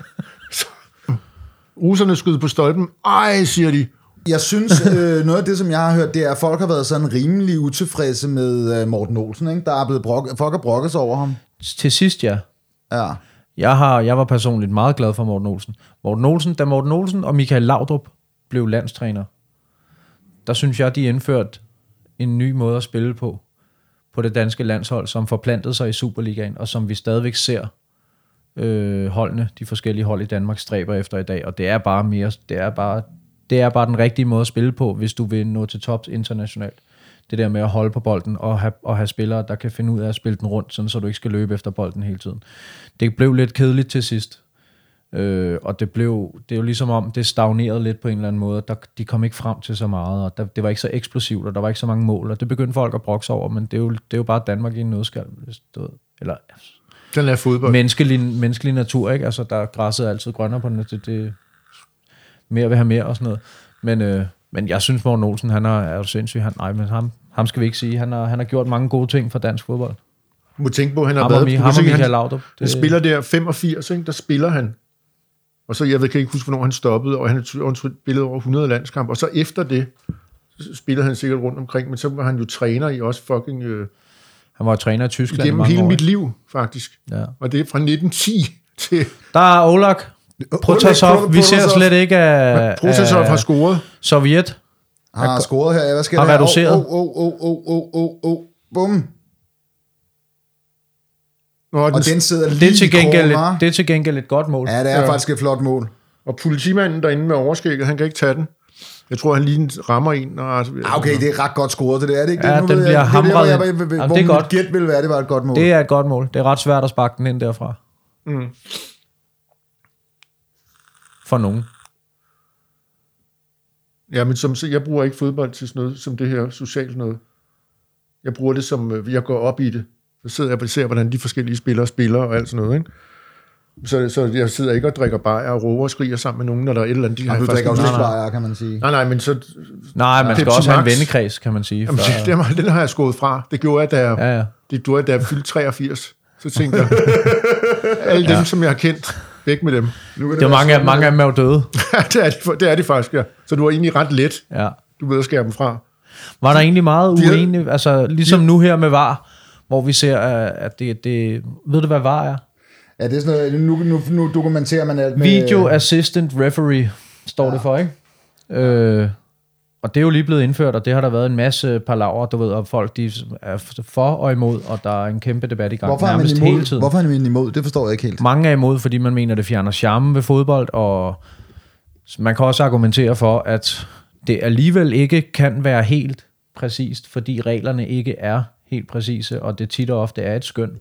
Russerne skød på stolpen. Ej, siger de. Jeg synes, noget af det, som jeg har hørt, det er, at folk har været sådan rimelig utilfredse med Morten Olsen, ikke? Der er blevet folk har brokket sig over ham. Til sidst, ja. Ja. Jeg var personligt meget glad for Morten Olsen. Da Morten Olsen og Michael Laudrup blev landstræner, der synes jeg, de indførte en ny måde at spille på det danske landshold, som forplantede sig i Superligaen, og som vi stadigvæk ser holdene, de forskellige hold i Danmark stræber efter i dag, og det er bare den rigtige måde at spille på, hvis du vil nå til tops internationalt. Det der med at holde på bolden og have spillere, der kan finde ud af at spille den rundt, sådan så du ikke skal løbe efter bolden hele tiden. Det blev lidt kedeligt til sidst, og det er jo ligesom om, det stagnerede lidt på en eller anden måde. De kom ikke frem til så meget, og det var ikke så eksplosivt, og der var ikke så mange mål, og det begyndte folk at brokke sig over, men det er jo bare Danmark i en nødskal, eller... Den er fodbold. Menneskelig natur, ikke? Altså, der græsset altid grønnere på den. Det mere vil have mere og sådan noget. Men jeg synes, Morten Olsen, han er jo sindssyg. Men ham skal vi ikke sige. Han har gjort mange gode ting for dansk fodbold. Du må tænke på, han har været... Michael Laudrup. Han spiller der 85, ikke? Der spiller han. Og så, kan ikke huske, hvornår han stoppede, og han har spillet over 100 landskampe. Og så efter det, spillede han sikkert rundt omkring, men så var han jo træner i også fucking... Han var træner i Tyskland gennem hele mit liv, faktisk. Ja. Og det er fra 1910 til... Der er Oleg Protasov. Vi ser slet ikke af... Protasov har scoret. Sovjet. Har scoret her. Hvad skal har der? Reduceret. Bum. Og den sidder lige det er til gengæld et godt mål. Ja, det er faktisk et flot mål. Og politimanden derinde med overskægget, han kan ikke tage den. Jeg tror, han lige rammer en. Okay, det er ret godt scoret, det er det ikke? Ja, den bliver hamret. Hvor mit gæt ville være, det var et godt mål. Det er et godt mål. Det er ret svært at sparke den ind derfra. For nogen. Ja, men jeg bruger ikke fodbold til sådan noget, som det her socialt noget. Jeg bruger det som, jeg går op i det. Så sidder jeg og ser, hvordan de forskellige spillere spiller og alt sådan noget, ikke? Så jeg sidder ikke og drikker bajer og råber og skriger sammen med nogen, når der er et eller andet. Du drikker også lidt bajer, kan man sige. Nej, men så... Nej, man skal også have en vennekreds, kan man sige. Jamen, den har jeg skåret fra. Det gjorde jeg, da jeg fyldte 83. Så tænkte jeg, alle dem, som jeg har kendt, væk med dem. Det er mange af dem er jo døde. det er det faktisk, ja. Så du var egentlig ret let. Ja. Du ved at skære dem fra. Var der egentlig meget uenigt, altså ligesom nu her med VAR, hvor vi ser, at det ved du, hvad VAR er? Ja, det er sådan noget, nu dokumenterer man alt med... Video Assistant Referee, står det for, ikke? Og det er jo lige blevet indført, og det har der været en masse palaver, du ved, og folk de er for og imod, og der er en kæmpe debat i gang. Hvorfor er man imod? Det forstår jeg ikke helt. Mange er imod, fordi man mener, det fjerner charmen ved fodbold, og man kan også argumentere for, at det alligevel ikke kan være helt præcist, fordi reglerne ikke er helt præcise, og det tit og ofte er et skøn.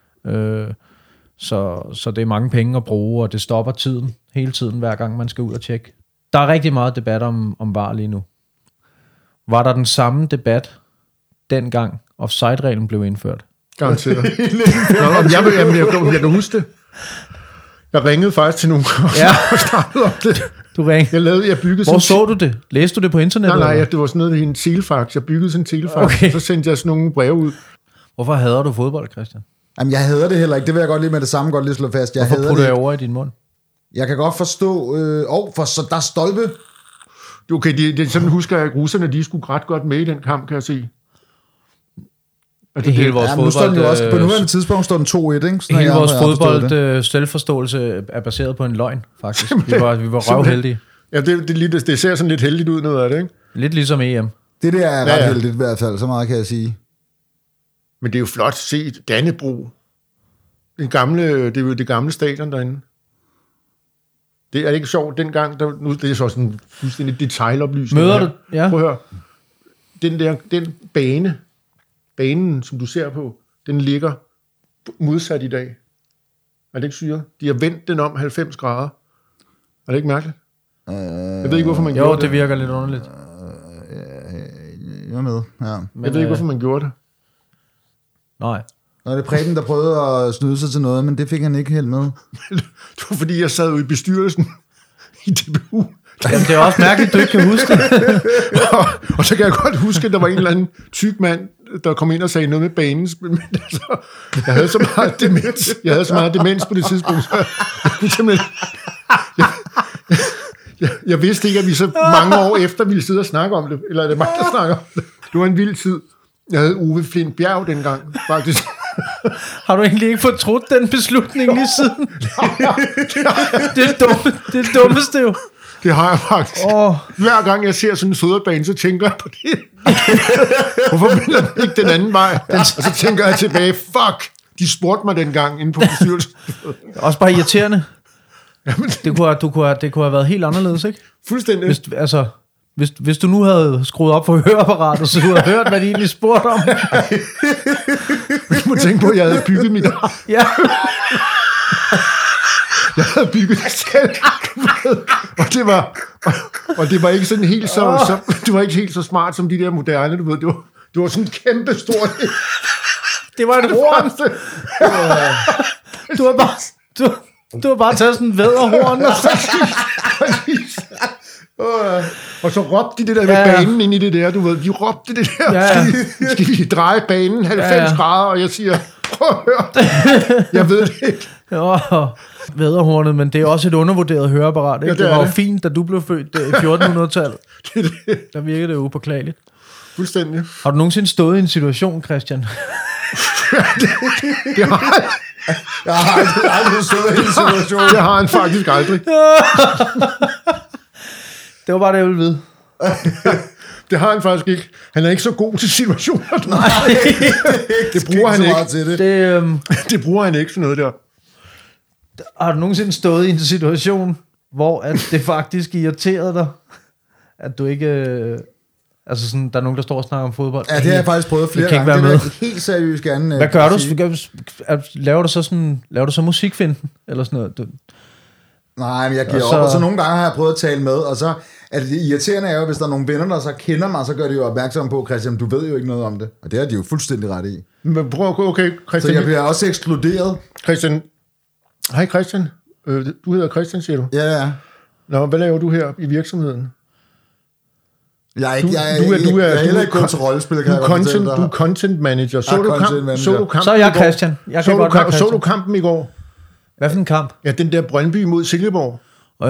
Så det er mange penge at bruge, og det stopper tiden, hele tiden, hver gang man skal ud og tjekke. Der er rigtig meget debat om VAR lige nu. Var der den samme debat, dengang offside-reglen blev indført? Garanteret. Jeg kan huske det. Jeg ringede faktisk til nogen og startede om det. Du ringede? Jeg byggede Hvor så du det? Læste du det på internettet? Nej, det var sådan noget i en telefax. Jeg byggede sådan en telefax, okay. Så sendte jeg sådan nogle breve ud. Hvorfor hader du fodbold, Christian? Jamen, jeg hader det heller ikke. Det vil jeg godt lige med det samme godt lige slå fast. Hvorfor putter jeg over i din mund? Jeg kan godt forstå... for så der er stolpe. Okay, det sådan husker jeg, at russerne, de skulle ret godt med i den kamp, kan jeg se. Det er hele vores fodbold... Nu også, på nuværende tidspunkt står den 2-1, ikke? Hele vores fodbold selvforståelse er baseret på en løgn, faktisk. Vi var røvheldige. Ja, det ser sådan lidt heldigt ud, noget af det, ikke? Lidt ligesom EM. Det der er ret heldigt i hvert fald, så meget kan jeg sige. Men det er jo flot set. Dannebrog. Det er jo det gamle stadion derinde. Det er ikke sjovt dengang. Det er så sådan fuldstændig detailoplysning. Møder du? Ja. Prøv at høre. Den banen, som du ser på, den ligger modsat i dag. Er det ikke syret? De har vendt den om 90 grader. Er det ikke mærkeligt? Jeg ved ikke, hvorfor man gjorde det. Jo, det virker lidt underligt. Jeg er med, ja. Jeg ved ikke, hvorfor man gjorde det. Nej. Og det er Preben, der prøvede at snyde sig til noget, men det fik han ikke helt med. Det var fordi, jeg sad jo i bestyrelsen i DBU. Jamen, det er også mærkeligt, du ikke kan huske det. og så kan jeg godt huske, at der var en eller anden tyk mand, der kom ind og sagde noget med banen. Men altså, jeg havde så meget demens på det tidspunkt, så jeg kunne simpelthen... Jeg vidste ikke, at vi så mange år efter ville sidde og snakke om det. Eller er det mig, der snakker om det? Det var en vild tid. Jeg havde Uwe Flint Bjerg dengang, faktisk. Har du egentlig ikke fortrudt den beslutning lige siden? Det er det dummeste jo. Det har jeg faktisk. Hver gang jeg ser sådan en fodboldbane, så tænker jeg på det. Hvorfor vil jeg ikke den anden vej? Og så tænker jeg tilbage, fuck, de spurgte mig dengang inde på bestyrelsen. Også bare irriterende. Det kunne have været helt anderledes, ikke? Fuldstændig. Hvis du nu havde skruet op for høreapparatet, så du havde hørt, hvad de egentlig spurgte om. Du må tænke på, at jeg havde bygget mit... Ja. Jeg havde bygget det selv. Og det var ikke sådan helt så det var ikke helt så smart som de der moderne, du ved. Det var sådan kæmpe stort. Det var en horn. Du har bare taget sådan en vædderhorn. Og så råbte de det der ved banen ind i det der, du ved. De råbte det der. Ja. Skal vi dreje banen 90 grader? Og jeg siger, prøv at høre. Jeg ved det ikke. Vædderhornet, men det er også et undervurderet høreapparat. Ikke? Ja, det var jo det. fint, da du blev født i 1400-tallet. Der virkede det upåklageligt. Fuldstændig. Har du nogensinde stået i en situation, Christian? Det har Jeg har aldrig stået i en situation. Det har han faktisk aldrig. Det var bare det, jeg ville vide. Det har han faktisk ikke. Han er ikke så god til situationer. Nej, Det bruger han ikke. Til det. Det bruger han ikke sådan noget der. Har du nogensinde stået i en situation, hvor at det faktisk irriterede dig, at du ikke... altså sådan, der er nogen, der står og snakker om fodbold. Ja, det har jeg faktisk prøvet flere gange. Det vil jeg helt seriøst gerne. Hvad gør du? Laver du så musikfinden? Eller sådan noget? Nej, men jeg giver op. Og så nogle gange har jeg prøvet at tale med, og så er det irriterende er jo, hvis der er nogle venner, der så kender mig, så gør de jo opmærksom på, Christian, du ved jo ikke noget om det. Og det har de jo fuldstændig ret i. Men prøv, okay, Christian. Så jeg bliver også ekskluderet. Christian. Hej Christian. Du hedder Christian, siger du? Ja. Nå, hvad laver du her i virksomheden? Jeg er heller ikke gået til rollespil. Du er content manager. Så er jeg Christian. Så du kampen i går? Hvad for en kamp? Ja, den der Brøndby mod Silkeborg.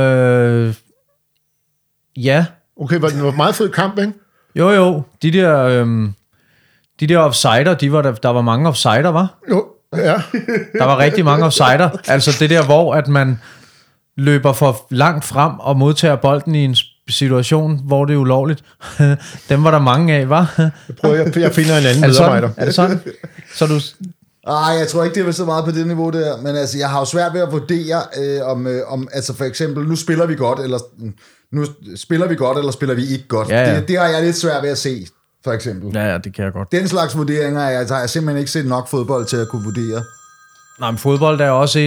Ja. Okay, det var en meget fed kamp, ikke? Jo. De der offsider, der var mange offsider, var? Jo, ja. Der var rigtig mange offsider. Altså det der, hvor at man løber for langt frem og modtager bolden i en situation, hvor det er ulovligt. Dem var der mange af, var? Jeg finder en anden medarbejder. Er det sådan? Så du... Jeg tror ikke, det er så meget på det niveau der, men altså, jeg har jo svært ved at vurdere, om altså for eksempel, nu spiller vi godt, eller spiller vi ikke godt. Ja. Det har jeg lidt svært ved at se, for eksempel. Ja, det kan jeg godt. Den slags vurderinger har jeg simpelthen ikke set nok fodbold til at kunne vurdere. Nej, men fodbold er også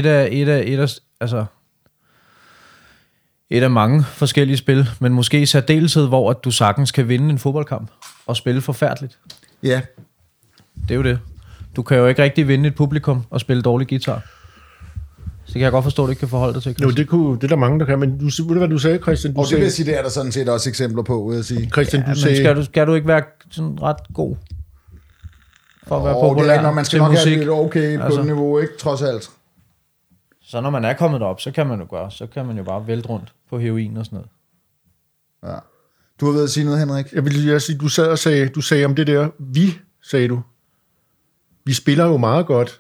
et af mange forskellige spil, men måske i særdeleshed, hvor at du sagtens kan vinde en fodboldkamp og spille forfærdeligt. Ja. Det er jo det. Du kan jo ikke rigtig vinde et publikum og spille dårlig guitar. Så det kan jeg godt forstå, at du ikke kan forholde dig til. Jo, det er der mange, der kan, men ved du, hvad du sagde, Christian? Det vil sige, det er der sådan set også eksempler på, vil jeg sige. Christian, du sagde... Skal du ikke være sådan ret god for at være populær når man skal nok musik? Have lidt okay på et niveau, ikke? Trods alt. Så når man er kommet derop, så kan man jo bare vælte rundt på heroin og sådan noget. Ja. Du har ved at sige noget, Henrik? Jeg vil sige, du sagde om det der, sagde du. Vi spiller jo meget godt.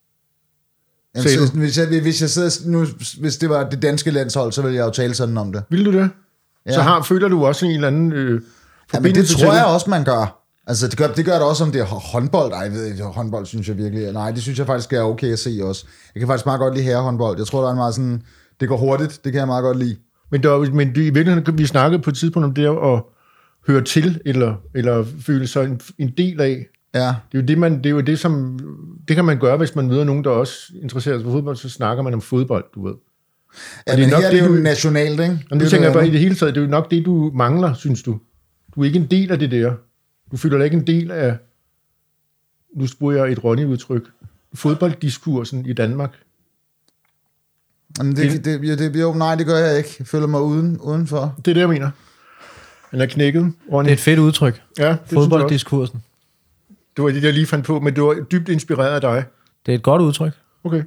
Hvis det var det danske landshold, så ville jeg jo tale sådan om det. Vil du det? Ja. Så føler du også en eller anden ja, men det tror jeg også, man gør. Altså, det gør det også, om det er håndbold. Ej, jeg ved ikke, håndbold synes jeg virkelig... Nej, det synes jeg faktisk er okay at se også. Jeg kan faktisk meget godt lide herrehåndbold. Jeg tror, der er en meget sådan... Det går hurtigt, det kan jeg meget godt lide. Men i virkeligheden, vi snakkede på et tidspunkt om det at høre til, eller føle sig en del af. Ja. Det kan man gøre, hvis man møder nogen, der også interesserer sig for fodbold, så snakker man om fodbold, du ved. Ja, men det er jo nationalt, ikke? Men det tænker jeg bare i det hele taget, det er jo nok det, du mangler, synes du. Du er ikke en del af det der. Du føler dig ikke en del af, nu bruger jeg et Ronny-udtryk, fodbolddiskursen i Danmark. Jamen det gør jeg ikke. Jeg føler mig udenfor. Det er det, jeg mener. Den er knækket, Ronny. Det er et fedt udtryk. Ja, fodbolddiskursen. Det var det, jeg lige fandt på, men det var dybt inspireret af dig. Det er et godt udtryk. Okay.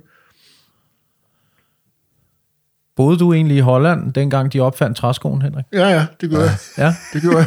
Boede du egentlig i Holland, dengang de opfandt træskoen, Henrik? Ja, det gør jeg. Ja? Det gør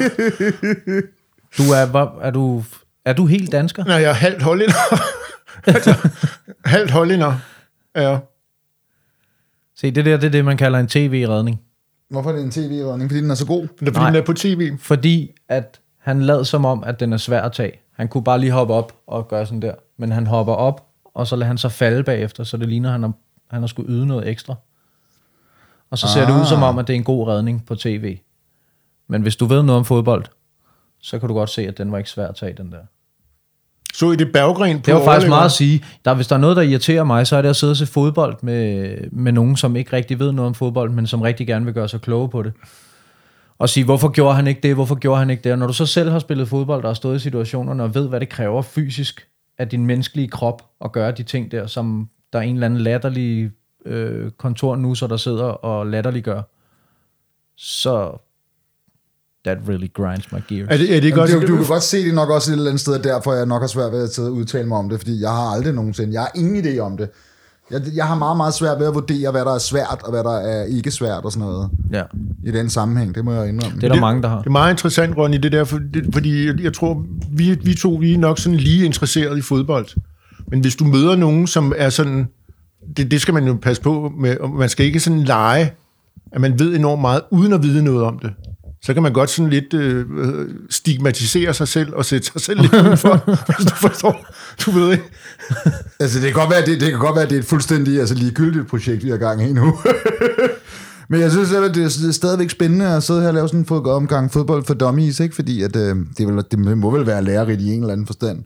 jeg. Er du helt dansker? Nej, jeg er halvt hollænder. Halvt hollænder, ja. Se, det er det, man kalder en tv-redning. Hvorfor er det en tv-redning? Fordi den er så god? Fordi den er på tv. Fordi at han lad som om, at den er svær at tage. Han kunne bare lige hoppe op og gøre sådan der. Men han hopper op, og så lader han sig falde bagefter, så det ligner, at han har skulle yde noget ekstra. Og så ser det ud som om, at det er en god redning på tv. Men hvis du ved noget om fodbold, så kan du godt se, at den var ikke svær at tage, den der. Så i det Berggren på... Det var faktisk meget at sige. Hvis der er noget, der irriterer mig, så er det at sidde og se fodbold med nogen, som ikke rigtig ved noget om fodbold, men som rigtig gerne vil gøre sig kloge på det. Og sige, hvorfor gjorde han ikke det, hvorfor gjorde han ikke det? Og når du så selv har spillet fodbold, der har stået i situationerne, og ved, hvad det kræver fysisk af din menneskelige krop, at gøre de ting der, som der er en eller anden latterlig kontornusser, der sidder og latterliggør, så... That really grinds my gears. Er det godt, du kan godt se det nok også et eller andet sted, derfor jeg nok har svært ved at udtale mig om det, fordi jeg har aldrig nogensinde, jeg har ingen idé om det. Jeg har meget, meget svært ved at vurdere, hvad der er svært, og hvad der er ikke svært og sådan noget. Ja. I den sammenhæng, det må jeg indrømme. Det er der mange, der har. Det er meget interessant, Ronny, det der, fordi jeg tror, vi to er nok sådan lige interesseret i fodbold. Men hvis du møder nogen, som er sådan, det skal man jo passe på med, og man skal ikke sådan lege, at man ved enormt meget, uden at vide noget om det. Så kan man godt sådan lidt stigmatisere sig selv, og sætte sig selv lidt udenfor, hvis du forstår. Du ved ikke. Altså, det kan godt være, at det er et fuldstændig ligegyldigt projekt, vi har gang i nu. Men jeg synes, at det er stadigvæk spændende at sidde her og lave sådan en omgang fodbold for dummies, ikke? Fordi at, det må vel være lærerigt i en eller anden forstand.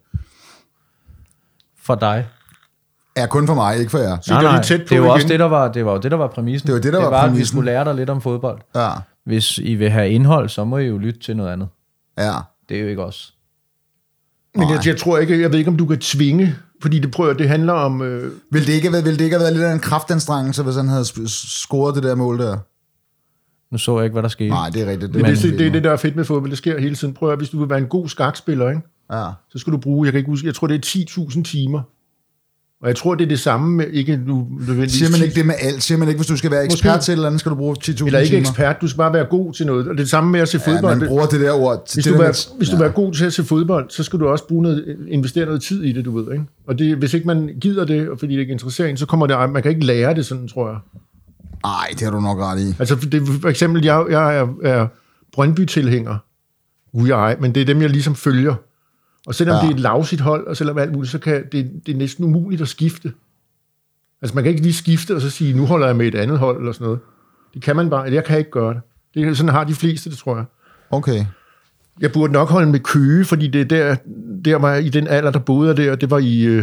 For dig? Ja, kun for mig, ikke for jer. Nej, det er jo også det, der var præmissen. Det var at vi skulle lære dig lidt om fodbold. Ja. Hvis I vil have indhold, så må I jo lytte til noget andet. Ja. Det er jo ikke os. Men jeg tror ikke, jeg ved ikke, om du kan tvinge, fordi det handler om... Vil det ikke have været lidt af en kraftanstrengelse, hvis han havde scoret det der mål der? Nu så jeg ikke, hvad der skete. Nej, det er rigtigt. Det er det, der er fedt med fodbold. Det sker hele tiden. Prøv at, hvis du vil være en god skakspiller, ikke? Ja. Så skal du bruge, jeg tror, det er 10.000 timer. Og jeg tror, det er det samme med, ikke nu nødvendigvis... Siger man ikke det med alt? Siger man ikke, hvis du skal være ekspert til et eller andet, skal du bruge 10.000 timer? Eller ikke ekspert, du skal bare være god til noget. Og det er det samme med at se fodbold. Ja, man bruger det der ord. Hvis du er god til at se fodbold, så skal du også investere noget tid i det, du ved, ikke? Og det, hvis ikke man gider det, og fordi det ikke interesserer en, så kommer det... Man kan ikke lære det sådan, tror jeg. Nej, det har du nok ret i. Altså, for eksempel, jeg er Brøndby-tilhænger. Men det er dem, jeg ligesom følger. Og selvom det er et lavsigt hold, og selvom alt muligt, så kan det er næsten umuligt at skifte. Altså, man kan ikke lige skifte og så sige, nu holder jeg med et andet hold, eller sådan noget. Det kan man bare, eller jeg kan ikke gøre det. Det er sådan, har de fleste, det tror jeg. Okay. Jeg burde nok holde med Køge, fordi det er der var jeg i den alder, der boede jeg der, og det var i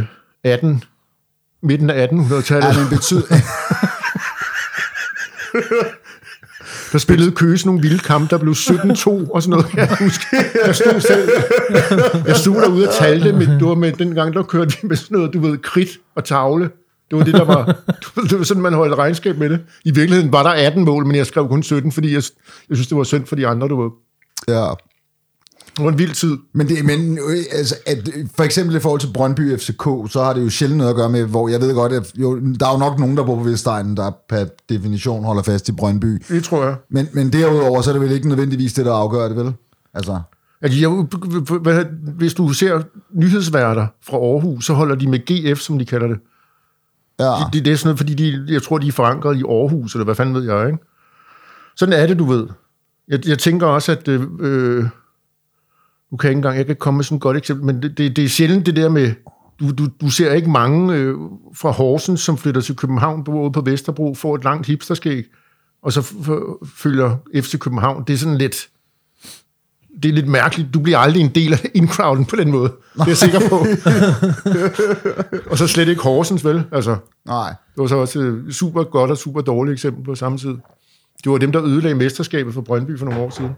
midten af 1800-tallet. Ja, det betyder... Der spillede Køge sådan nogle vilde kampe, der blev 17-2 og sådan noget. Jeg husker, jeg stod derude og talte med dengang, der kørte vi med sådan noget, du ved, kridt og tavle. Det var det, der var, det var sådan, man holdt regnskab med det. I virkeligheden var der 18 mål, men jeg skrev kun 17, fordi jeg synes, det var synd for de andre, du ved. Ja. Det var en vild tid. Men for eksempel i forhold til Brøndby FCK, så har det jo sjældent noget at gøre med, hvor jeg ved godt, at der er jo nok nogen, der bor på Vestegnen, der per definition holder fast i Brøndby. Det tror jeg. Men derudover, så er det vel ikke nødvendigvis det, der afgør det, vel? Altså... Hvis du ser nyhedsværter fra Aarhus, så holder de med GF, som de kalder det. Ja. Det er sådan noget, fordi jeg tror, de er forankret i Aarhus, eller hvad fanden ved jeg, ikke? Sådan er det, du ved. Jeg tænker også, at... Nu kan jeg ikke engang, jeg kan komme med sådan et godt eksempel, men det er sjældent det der med, du ser ikke mange fra Horsens, som flytter til København, bor ude på Vesterbro, får et langt hipsterskæg, og så følger FC København. Det er sådan lidt, det er lidt mærkeligt. Du bliver aldrig en del af indcrowden på den måde. Det er jeg sikker på. Og så slet ikke Horsens, vel? Altså, nej. Det var så også super godt og super dårligt eksempel på samme tid. Det var dem, der ødelagde mesterskabet for Brøndby for nogle år siden.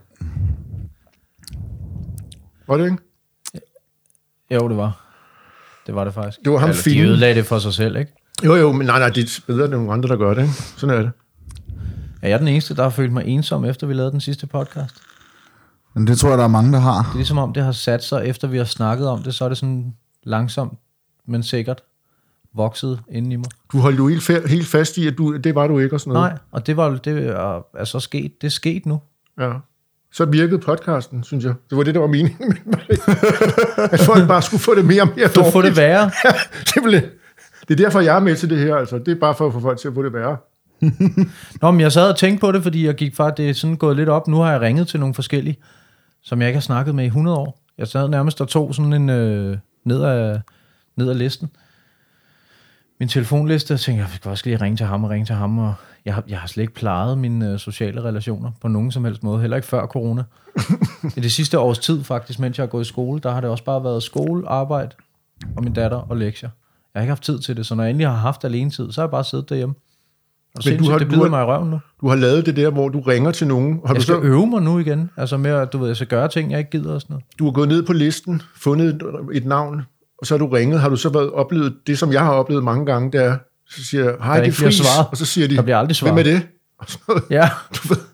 Var det ikke? Jo, det var. Det var det faktisk. Det var ham de ødelagde det for sig selv, ikke? Jo, men nej, det er bedre, det er nogle andre, der gør det, ikke? Sådan er det. Er jeg den eneste, der har følt mig ensom, efter vi lavede den sidste podcast? Men det tror jeg, der er mange, der har. Det er ligesom om, det har sat sig, efter vi har snakket om det, så er det sådan langsomt, men sikkert vokset inden i mig. Du holdt jo helt fast i, at det var du ikke og sådan noget. Nej, og det er så sket. Det er sket nu. Ja. Så virkede podcasten, synes jeg. Det var det, der var meningen med mig. At folk bare skulle få det mere og mere dårligt. Du får det værre. Det er derfor, jeg er med til det her. Altså. Det er bare for at få folk til at få det værre. Nå, men jeg sad og tænkte på det, fordi jeg gik faktisk, det er sådan gået lidt op. Nu har jeg ringet til nogle forskellige, som jeg ikke har snakket med i 100 år. Jeg sad nærmest og tog sådan en ned ad listen. Min telefonliste, og tænkte, jeg kan også lige ringe til ham, og jeg har slet ikke plejet mine sociale relationer på nogen som helst måde, heller ikke før corona. I det sidste års tid faktisk, mens jeg har gået i skole, der har det også bare været skole, arbejde og min datter og lektier. Jeg har ikke haft tid til det, så når jeg endelig har haft alene tid, så har jeg bare siddet derhjemme. Og det bider mig i røven nu. Du har lavet det der, hvor du ringer til nogen. Jeg skal øve mig nu igen, altså med at, jeg skal gøre ting, jeg ikke gider og sådan noget. Du har gået ned på listen, fundet et navn, og så har du ringet. Har du så oplevet det, som jeg har oplevet mange gange, der så siger, hej, det er Friis, og så siger de, der bliver aldrig svaret. Hvem er det? Ja.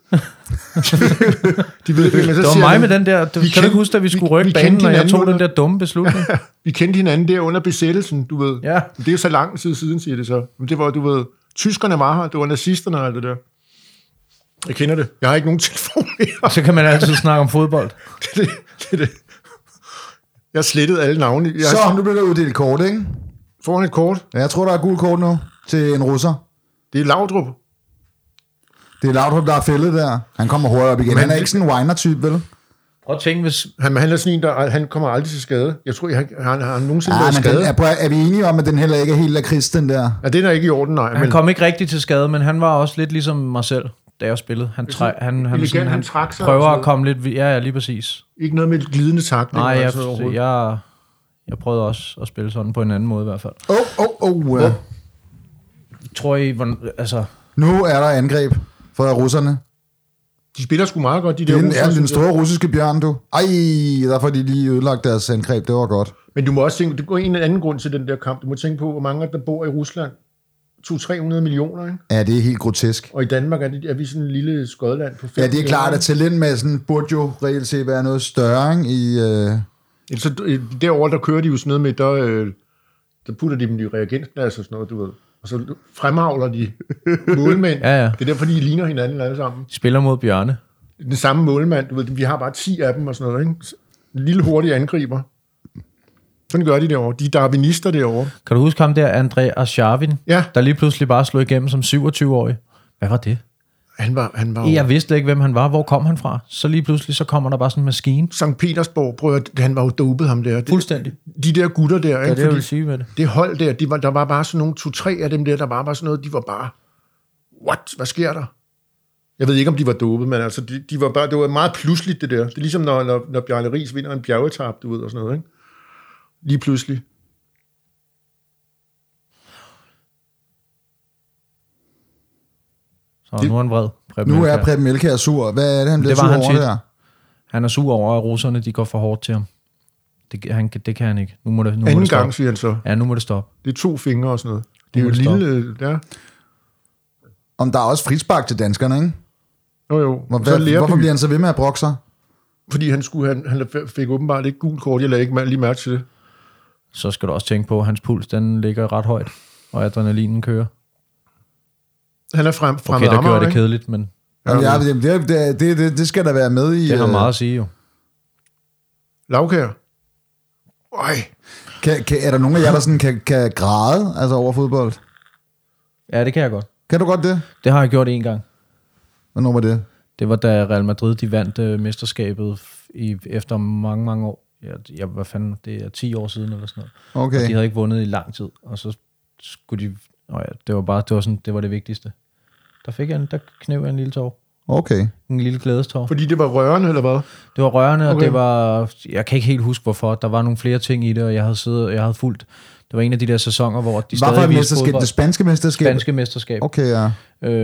De ved det, men så Det var siger mig han, med den der... Kan du ikke huske, at vi skulle rykke banen, og jeg tog den der dumme beslutning? vi kendte hinanden der under besættelsen, du ved. Ja. Det er jo så lang tid siden, siger det så. Men det var, du ved, tyskerne var her, det var nazisterne og alt det der. Jeg kender det. Jeg har ikke nogen telefon mere. Så kan man altid snakke om fodbold. det. Jeg har slettet alle navne. Så, nu bliver der uddelt kort, ikke? Foran et kort. Ja, jeg tror, der er gul kort nu til en russer. Det er Laudrup. Det er Laudrup, der er fældet der. Han kommer hurtigt op igen. Men han er ikke sådan en whiner-type, vel? Prøv at tænke, hvis... Han er sådan en, der han kommer aldrig til skade. Jeg tror, han har nogensinde været men skade. er vi enige om, at den heller ikke er helt lakrids, den der? Ja, den er ikke i orden, nej. Han kom ikke rigtig til skade, men han var også lidt ligesom mig selv, da jeg spillede. Han trak sig prøver at komme lidt... Ja, lige præcis. Ikke noget med glidende takning. Nej, jeg prøvede også at spille sådan på en anden måde i hvert fald. Tror I... Altså... Nu er der angreb fra russerne. De spiller sgu meget godt, de der russer. Det er den store russiske bjørn, du. Ej, der får de lige ødelagt deres angreb. Det var godt. Men du må også tænke, det går en anden grund til den der kamp. Du må tænke på, hvor mange der bor i Rusland. 200-300 millioner, ikke? Ja, det er helt grotesk. Og i Danmark er vi sådan en lille skodland på 5 Ja, det er klart, at talentmassen burde jo reelt set være noget større, ikke? Så derovre, der kører de jo sådan noget med, der putter de dem i reagensglas og sådan noget, du ved. Og så fremavler de målmænd. Ja. Det er derfor, de ligner hinanden alle sammen. De spiller mod bjørne. Den samme målmand, du ved, vi har bare 10 af dem og sådan noget, ikke? En lille hurtig angriber. Sådan gør de derovre. De er darwinister derovre. Kan du huske ham der, Andrei Arshavin, ja. Der lige pludselig bare slog igennem som 27-årig? Hvad var det? Han var Jeg vidste ikke, hvem han var. Hvor kom han fra? Så lige pludselig, så kommer der bare sådan en maskine. Sankt Petersborg, prøv at, han var jo dopet ham der. Fuldstændig. De der gutter der, ikke? Ja, det jeg vil sige med det. Det hold der, der var bare sådan nogle 2-3 af dem der var bare sådan noget, de var bare, what? Hvad sker der? Jeg ved ikke, om de var dopet, men altså, de var bare, det var meget pludseligt det der. Det er ligesom, når Bjarne Riis vinder en bjergetap, du ved, og sådan noget, ikke? Lige pludselig. Så nu er han vred. Nu er Preben Elkjær sur. Hvad er det, han bliver sur over der? Han er sur over, at russerne de går for hårdt til ham. Det kan han ikke. Nu må det gang, siger han så. Ja, nu må det stoppe. Det er 2 fingre og sådan noget. Det er jo lille... Ja. Om der er også frispark til danskerne, ikke? Jo. Hvorfor bliver han så ved med at brokke sig? Fordi han fik åbenbart ikke gult kort. Jeg lagde ikke lige mærke til det. Så skal du også tænke på, at hans puls den ligger ret højt, og adrenalinen kører. Han er frem okay, der gør det kedeligt, men... Ja, det skal der være med i... Det har meget at sige, jo. Lavkær. Øj. Er der nogen af jer, der sådan kan græde altså over fodbold? Ja, det kan jeg godt. Kan du godt det? Det har jeg gjort en gang. Hvornår var det? Det var da Real Madrid, de vandt mesterskabet efter mange, mange år. Hvad fanden, det er 10 år siden eller sådan noget. Okay. Og de havde ikke vundet i lang tid, og så skulle de... Det var det vigtigste. Der knæv jeg en lille tår. Okay. En lille glædestår. Fordi det var rørende, eller hvad? Det var rørende, okay. Og det var... Jeg kan ikke helt huske, hvorfor. Der var nogle flere ting i det, og jeg havde fulgt... Det var en af de der sæsoner, hvor de stadig viste fodbold. Det spanske mesterskab? Spanske mesterskab. Okay, ja.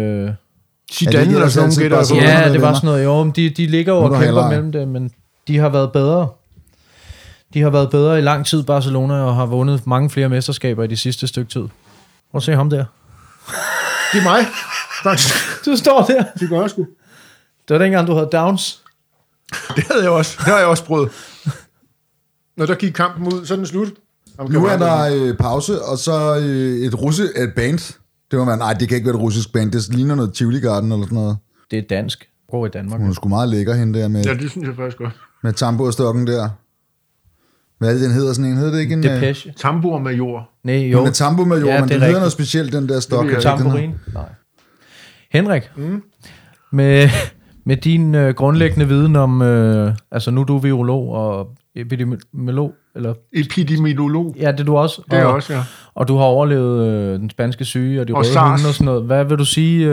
Zidane eller sådan nogle gætter. Ja, det var sådan noget. Jo, de ligger over og kæmper mellem det, men de har været bedre. De har været bedre i lang tid, Barcelona, og har vundet mange flere mesterskaber i de sidste stykke tid. Prøv at se ham der. Det er mig. Du står der. Det gør jeg sgu. Det var dengang, du havde Downs. Det havde jeg også. Det har jeg også prøvet. Når der gik kampen ud, så er den slut. Nu er der pause, og så et band. Det var man, nej, det kan ikke være et russisk band. Det ligner noget Tivoli Garden eller sådan noget. Det er dansk. Går i Danmark. Hun er sgu meget lækker hende der med... Ja, det synes jeg faktisk godt. Med tamburstokken der. Hvad er det, den hedder? Sådan en hedder det ikke en... Depeche. Tambour-major. Nej, jo. Med tambour-major, ja, men det hedder noget specielt, den der stok. Tamburin? Nej. Henrik, med din grundlæggende viden om... altså, nu er du virolog og epidemiolog, eller... Epidemiolog. Ja, det er du også. Det er også, ja. Og du har overlevet den spanske syge og de røde SARS. hunde og sådan noget. Hvad vil du sige...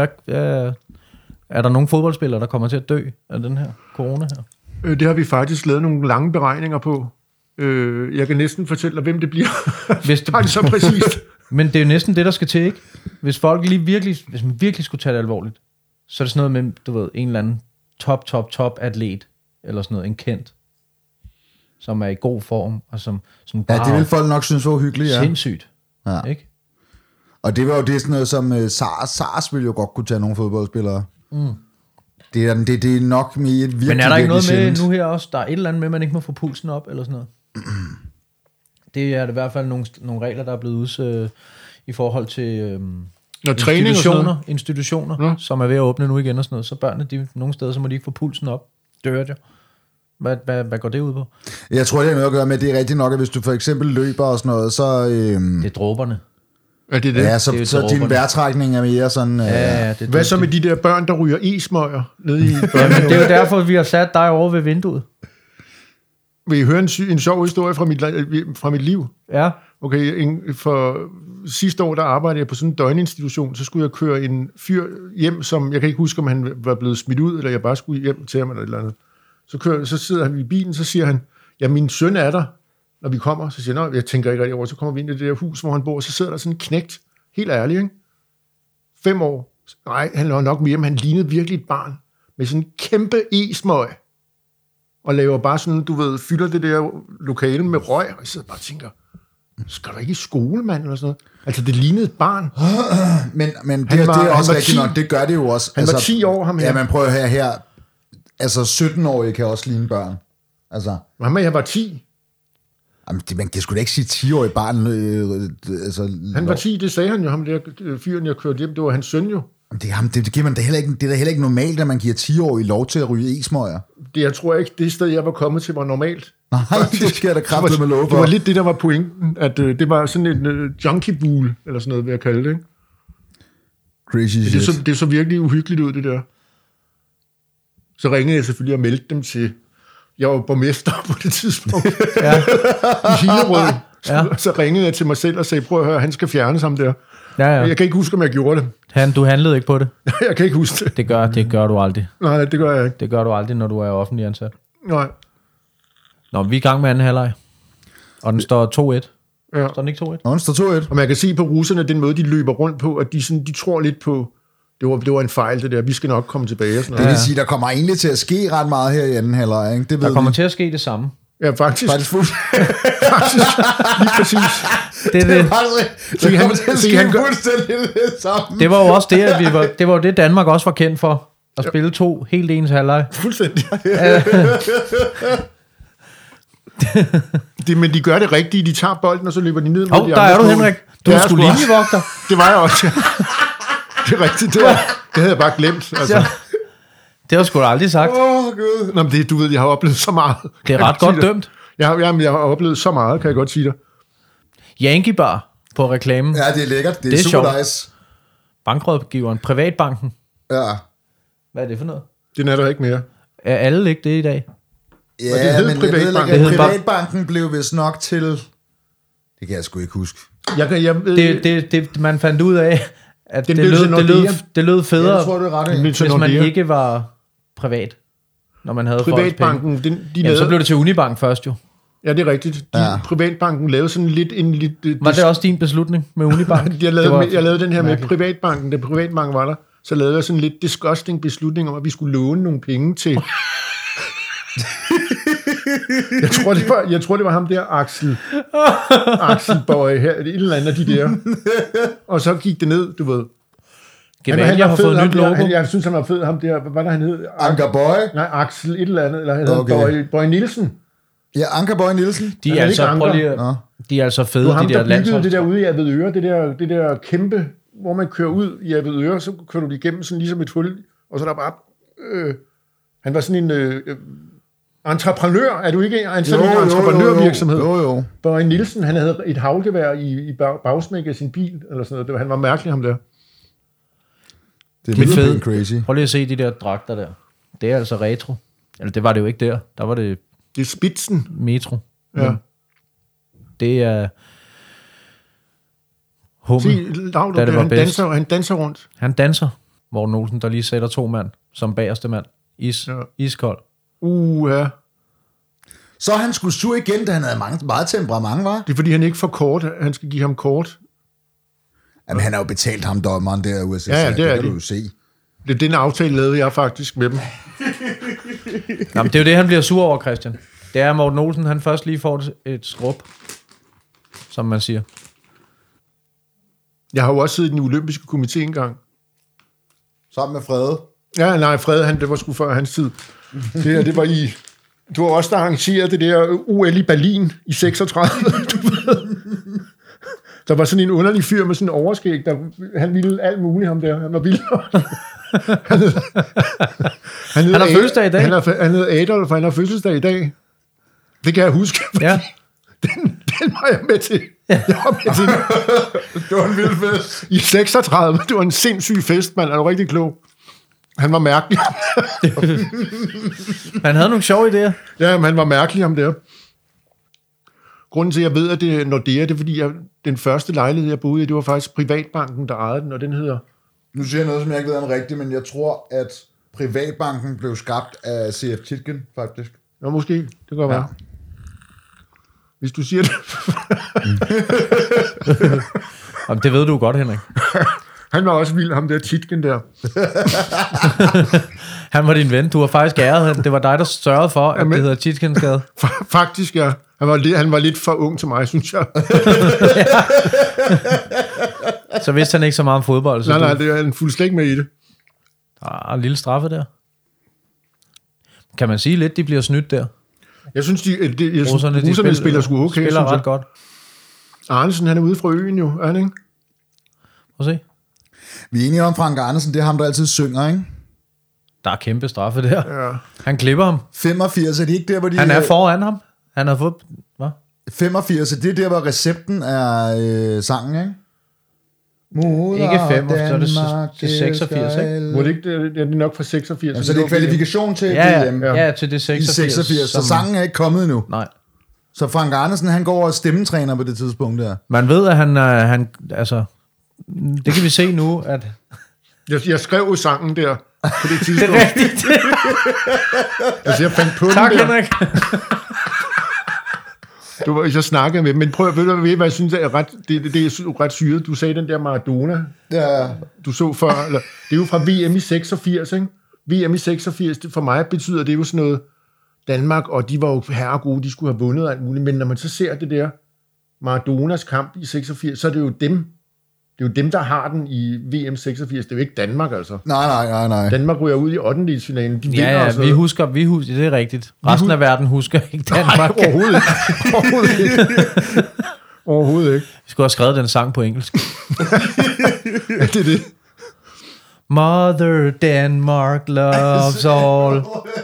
er der nogle fodboldspillere, der kommer til at dø af den her corona her? Det har vi faktisk lavet nogle lange beregninger på. Jeg kan næsten fortælle dig, hvem det bliver. Hvis det er så præcist. Men det er jo næsten det, der skal til, ikke? Hvis folk hvis man virkelig skulle tage det alvorligt, så er det sådan noget med, du ved, en eller anden top atlet, eller sådan noget, en kendt, som er i god form, og som bare... Ja, det vil folk nok synes var uhyggeligt, ja. Sindssygt, ja. Ikke? Og det var jo det sådan noget som SARS ville jo godt kunne tage nogle fodboldspillere. Det er nok med et virkelig. Men er der ikke noget med sjældent. nu her også? Der er et eller andet med, at man ikke må få pulsen op, eller sådan noget? Det er det i hvert fald nogle regler, der er blevet udsat i forhold til institutioner, som er ved at åbne nu igen og sådan noget. Så børnene, nogle steder, så må de ikke få pulsen op. Det hørte jeg. Hvad går det ud på? Jeg tror, det har noget at gøre med, at det er rigtigt nok, at hvis du for eksempel løber og sådan noget, så... Det er dråberne. Er det det? Ja, Det er jo så din vejrtrækning er mere sådan... Hvad så med de der børn, der ryger e-smøger nede i Jamen, det er jo derfor, vi har sat dig over ved vinduet. Vil I høre en sjov historie fra mit liv? Ja. Okay, for sidste år, der arbejdede jeg på sådan en døgninstitution, så skulle jeg køre en fyr hjem, som jeg kan ikke huske, om han var blevet smidt ud, eller jeg bare skulle hjem til ham eller et eller andet. Så sidder han i bilen, så siger han, ja, min søn er der, når vi kommer. Så siger han, jeg tænker ikke rigtig over, så kommer vi ind i det der hus, hvor han bor, så sidder der sådan en knægt, helt ærlig, ikke? 5 år. Nej, han var nok mere, men han lignede virkelig et barn, med sådan en kæmpe e-smøg, og laver bare sådan, du ved, fylder det der lokale med røg, og jeg sidder bare og tænker, skal du ikke i skole, mand, eller sådan noget? Altså, det lignede et barn. Men det er også rigtigt nok, det gør det jo også. Han var 10 år, ham her. Ja, man prøver her. Altså, 17-årige kan også ligne børn. Altså... Jamen, jeg var 10. Jamen, man kan sgu da ikke sige 10-årige barn. Han var 10, det sagde han jo, ham der fyren, jeg kørte hjem, det var hans søn jo. Det giver man da heller ikke, det er da heller ikke normalt, at man giver 10-årige lov til at ryge e-smøger. Jeg tror ikke, det sted, jeg var kommet til, var normalt. Nej, det skal jeg da kraftigt med lov for. Det var lidt det, der var pointen, at det var sådan en junkie-bool, eller sådan noget, vil jeg kalde det, ikke? Crazy shit. Det så virkelig uhyggeligt ud, det der. Så ringede jeg selvfølgelig og meldte dem til... Jeg var borgmester på det tidspunkt. Ja. I Hillerød. Ja. Så ringede jeg til mig selv og sagde, prøv at høre, han skal fjernes ham der. Ja. Jeg kan ikke huske, om jeg gjorde det. Du handlede ikke på det? Jeg kan ikke huske det. Det gør du aldrig. Nej, det gør jeg ikke. Det gør du aldrig, når du er offentlig ansat. Nej. Nå, vi er i gang med anden halvleg. Og den står 2-1. Ja. Står den ikke 2-1? Den står 2-1. Og man kan se på russerne, den måde, de løber rundt på, at de tror lidt på, det var en fejl, det der. Vi skal nok komme tilbage. Og sådan Det noget. vil sige, der kommer egentlig til at ske ret meget her i anden halvleg, ikke? Det ved Der kommer vi. til at ske det samme. Ja, faktisk. Faktisk fuldt. Lige præcis. Det er det. Det kommer til at ske han gør- fuldstændig det samme. Det var jo også det, at det var jo det, Danmark også var kendt for. At spille 2 helt ens halvleg. Fuldstændig. Men de gør det rigtige. De tager bolden, og så løber de ned mod de Der andre er du, mål. Henrik. Du Det er er sgu sgu også. linjevogter. Det var jeg også. Det er rigtigt. Det havde jeg bare glemt. Altså. Ja. Det har du sgu da aldrig sagt. Gud. Nå, men du ved, jeg har oplevet så meget. Det er ret godt dømt. Jeg har oplevet så meget, kan jeg godt sige dig. Yankee Bar på reklamen. Ja, det er lækkert. Det er super sjovt. nice. Bankrådgiveren. Privatbanken. Ja. Hvad er det for noget? Den er der ikke mere. Er alle ikke det i dag? det Ja, hed men jeg ved Privatbanken. ikke, Det hed Privatbanken blev vist nok til... Det kan jeg sgu ikke huske. Man fandt ud af, at Den det blev til Nordea. lød federe, Jeg tror, det er ret. hvis man ikke var privat, når man havde folks penge. Privatbanken, de Jamen, lavede... så blev det til Unibank først jo. Ja, det er rigtigt. Privatbanken lavede sådan lidt... Var det også din beslutning med Unibank? Jeg lavede den her med mærkeligt. Privatbanken, da Privatbanken var der, så lavede jeg sådan lidt disgusting beslutning om, at vi skulle låne nogle penge til... jeg tror, det var ham der, Axel Bøje her, et eller andet af de der. Og så gik det ned, du ved. Gevaldia har fået nyt logo. Jeg synes, han var fed, ham der. Hvad der han hed? Anker Bøje. Nej, Axel et eller andet, eller han hed Okay. Bøje Nielsen. Ja, Anker Bøje Nielsen. De Han er er altså, ikke prøv Anker. lige, at- de er altså Det fede, var ham, de der der byggede det landsholds. der ude i Avedøre, det der kæmpe, hvor man kører ud i Avedøre, så kører du det igennem sådan ligesom et hul, og så er der bare... han var sådan en entreprenør, er du ikke en sådan en entreprenørvirksomhed? Jo. Bøje Nielsen, han havde et havlgevær i bagsmæk af sin bil, eller sådan noget. Han var mærkelig, ham der. Det De er er fede. vildt crazy. Prøv lige at se de der dragter der. Det er altså retro. Eller det var det jo ikke der. Der var det Det er spidsen. metro. Ja. Det er Hummel. Se, Laudrup, Da det var bedst. han danser rundt. Han danser. Morten Olsen, der lige sætter 2 mand som bagerste mand. Iskold. Ja. Så han skulle sur igen, da han havde meget temperament, var? Det er fordi, han ikke får kort. Han skal give ham kort. Jamen, han har jo betalt ham dommeren der USA. Ja, det er kan det. du jo se. Den aftale lavede jeg faktisk med dem. Jamen, det er jo det, han bliver sur over, Christian. Det er, at Morten Olsen, han først lige får et skrub, som man siger. Jeg har jo også siddet i den olympiske komité engang. Sammen med Frede. Ja, nej, Fred, det var sgu før hans tid. Det var i... Du var også der arrangeret det der OL i Berlin i 36. Du ved. Der var sådan en underlig fyr med sådan en overskæg, han ville alt muligt ham der. Han var vild. Han har fødselsdag i dag. Han hed Adolf, og han har fødselsdag i dag. Det kan jeg huske. Ja. Den var jeg med til. Jeg var med til. Det var en vild fest. I 36. Det var en sindssyg fest, mand. Han var rigtig klog. Han var mærkelig. Han havde nogle sjove idéer. Ja, men han var mærkelig ham der. Grunden til, at jeg ved, at det er Nordea, det er, fordi den første lejlighed, jeg boede i, det var faktisk Privatbanken, der ejede den, og den hedder... Nu siger jeg noget, som jeg ikke ved om rigtigt, men jeg tror, at Privatbanken blev skabt af C.F. Tietgen, faktisk. Ja, måske. Det kan godt være. Hvis du siger det. Jamen, det ved du godt, Henrik. Han var også vild, ham der Tietgen der. Han var din ven. Du var faktisk æret. Det var dig, der sørgede for, at det hedder Tietgensgade. Faktisk, ja. Han var lidt for ung til mig, synes jeg. Så vidste han ikke så meget om fodbold. Så nej, det er en fuldstændig med i det. En lille straffe der. Kan man sige lidt, de bliver snydt der? Jeg synes, russerne spiller sgu okay. Spiller ret godt. Arnesen, han er ude fra øen jo, er han ikke? Prøv at se. Vi er enige om, Frank Andersen, det er ham, der altid synger, ikke? Der er kæmpe straffe der. Ja. Han klipper ham. 85, er det ikke der, hvor de... Han er foran ham. Han har fået... Hvad? 85, det er der, hvor recepten er sangen, ikke? Ikke 5, så er det 86, ikke? Må det ikke, det er nok fra 86. Jamen, så det er kvalifikation til VM. Ja, til det 86. I 86, så sangen er ikke kommet endnu. Nej. Så Frank Andersen, han går og stemmetræner på det tidspunkt der. Man ved, at han altså... Det kan vi se nu, at... Jeg skrev jo sangen der på det tidspunkt. Det er rigtigt. Altså, jeg fandt på tak, den der. Henrik. Jeg snakkede med, men prøv at ved, hvad jeg synes er ret, det er ret syret. Du sagde den der Maradona, du så før, eller, det er jo fra VM i 86, ikke? VM i 86, for mig betyder det jo sådan noget, Danmark, og de var jo herregode, de skulle have vundet alt muligt, men når man så ser det der Maradonas kamp i 86, så er det jo dem, der har den i VM 86. Det er jo ikke Danmark, altså. Nej. Danmark ryger ud i 8-delsfinalen. Ja, vi husker, det er rigtigt. Resten af verden husker ikke Danmark. Nej, overhovedet ikke. Vi skulle have skrevet den sang på engelsk. Ja, det er det. Mother Denmark loves all.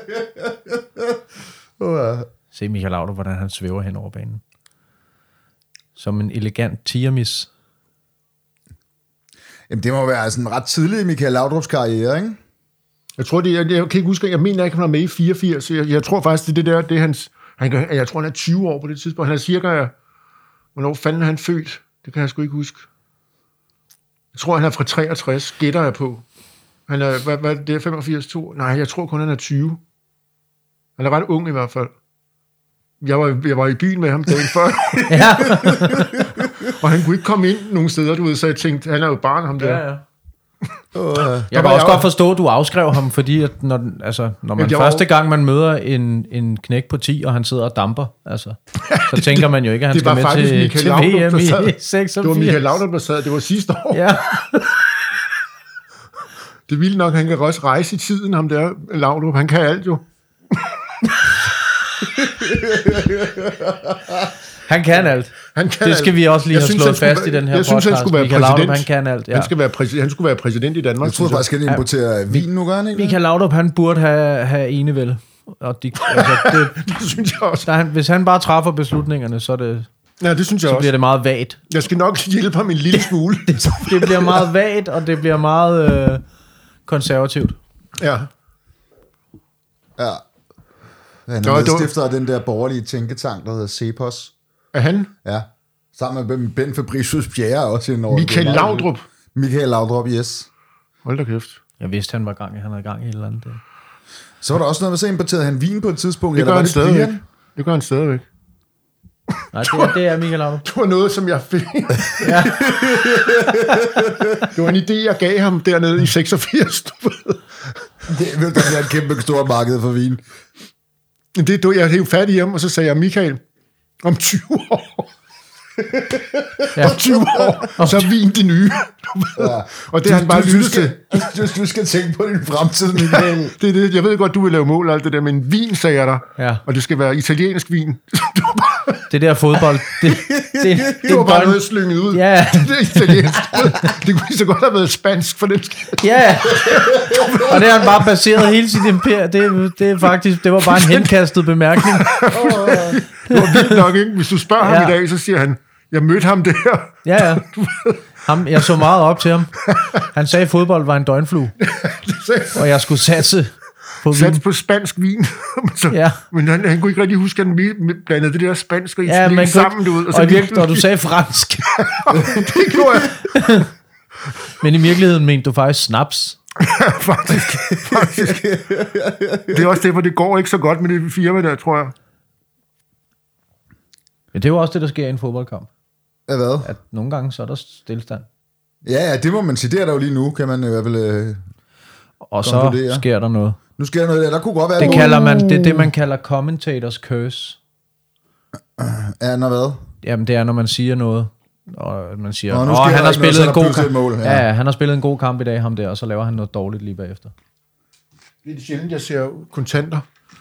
Se Michael Laudrup, hvordan han svæver hen over banen. Som en elegant tigermis. Jamen, det må være sådan ret tidlig i Michael Laudrups karriere, ikke? Jeg tror, jeg kan ikke huske, jeg mener ikke, han var med i 84. Jeg tror faktisk, det er hans... Jeg tror, han er 20 år på det tidspunkt. Han er cirka... Hvornår fanden er han født? Det kan jeg sgu ikke huske. Jeg tror, han er fra 63, gætter jeg på. Han er, hvad det er 85, 2? Nej, jeg tror kun, han er 20. Han er ret ung i hvert fald. Jeg var i byen med ham dagen før. Ja. Og han kunne ikke komme ind nogen steder, du ved, så jeg tænkte, han er jo barn, ham der. Ja. Jeg kan også godt forstå, at du afskrev ham, fordi at når man første gang man møder en knæk på 10, og han sidder og damper, så tænker man jo ikke, at han skal med til VM i 86. Det var Michael Laudrup, der sad. Det var sidste år. Ja. Det er vildt nok, han kan også rejse i tiden, ham der Laudrup. Han kan alt jo. Han kan alt. Det skal vi også lige have slået fast i den her podcast. Han skulle være præsident. Han kan alt, ja. Han skulle være præsident i Danmark. Jeg tror faktisk, at han importerer vin nu, gør han ikke? Michael Laudrup, han burde have enevælde. Og det synes jeg også. Hvis han bare træffer beslutningerne, så er det... Ja, det synes jeg så også. Bliver det meget vagt. Jeg skal nok hjælpe ham en lille smule. det bliver meget vagt, og det bliver meget konservativt. Ja. Ja. Han er medstifter af den der borgerlige tænketank, der hedder CEPOS. Er han? Ja. Sammen med Ben Fabricius Bjerre også en år. Michael Laudrup. Michael Laudrup, yes. Hold da kæft. Jeg vidste, han havde gang i et eller andet. Så var der også noget med, så importerede han vin på et tidspunkt. Det gør han stadigvæk. Det gør han stadigvæk. Nej, det er Michael Laudrup. Det var noget, som jeg fik. Ja. Det var en idé, jeg gav ham dernede i 86. Det vil da være et kæmpe stort marked for vin. Jeg hævde fat i ham, og så sagde jeg, Michael, om 20 år, Ja. Om 20 år, så er vin det nye. Ja. Og det har han bare lyttet til. Du skal tænke på din fremtid, Michael. Det er det. Jeg ved godt, du vil lave mål og alt det der, men vin, sagde jeg dig. Ja. Og det skal være italiensk vin. Det der fodbold, Det var bare noget slynget ud. Ja. Det er italiensk. Det kunne lige så godt have været spansk for den skil. Ja, og det har han bare baseret hele sit imperium. Det er faktisk, det var bare en henkastet bemærkning. Det var vildt nok, ikke? Hvis du spørger ham i dag, så siger han, jeg mødte ham der. Ja. Jeg så meget op til ham. Han sagde, at fodbold var en døgnflue. Og jeg skulle satse på vin. På spansk vin. Men han kunne ikke rigtig huske, at han blandede det der spansk og italiensk sammen. Du ved, og du sagde fransk. Det gjorde jeg. Men i virkeligheden mente du faktisk snaps. faktisk. Det er også det, for det går ikke så godt med det firma der, tror jeg. Men det er jo også det, der sker i en fodboldkamp. Hvad? At nogle gange, så er der stillestand. Ja, det må man sige. Det er der jo lige nu, kan man i hvert fald og så sker der noget. Nu sker der noget der. Der kunne godt være det er det, man kalder commentators curse. Ja, når hvad? Jamen, det er, når man siger noget. Og man siger, han har spillet en god kamp. Ja, han har spillet en god kamp i dag, ham der, og så laver han noget dårligt lige bagefter. Det er sjældent, jeg ser kontanter.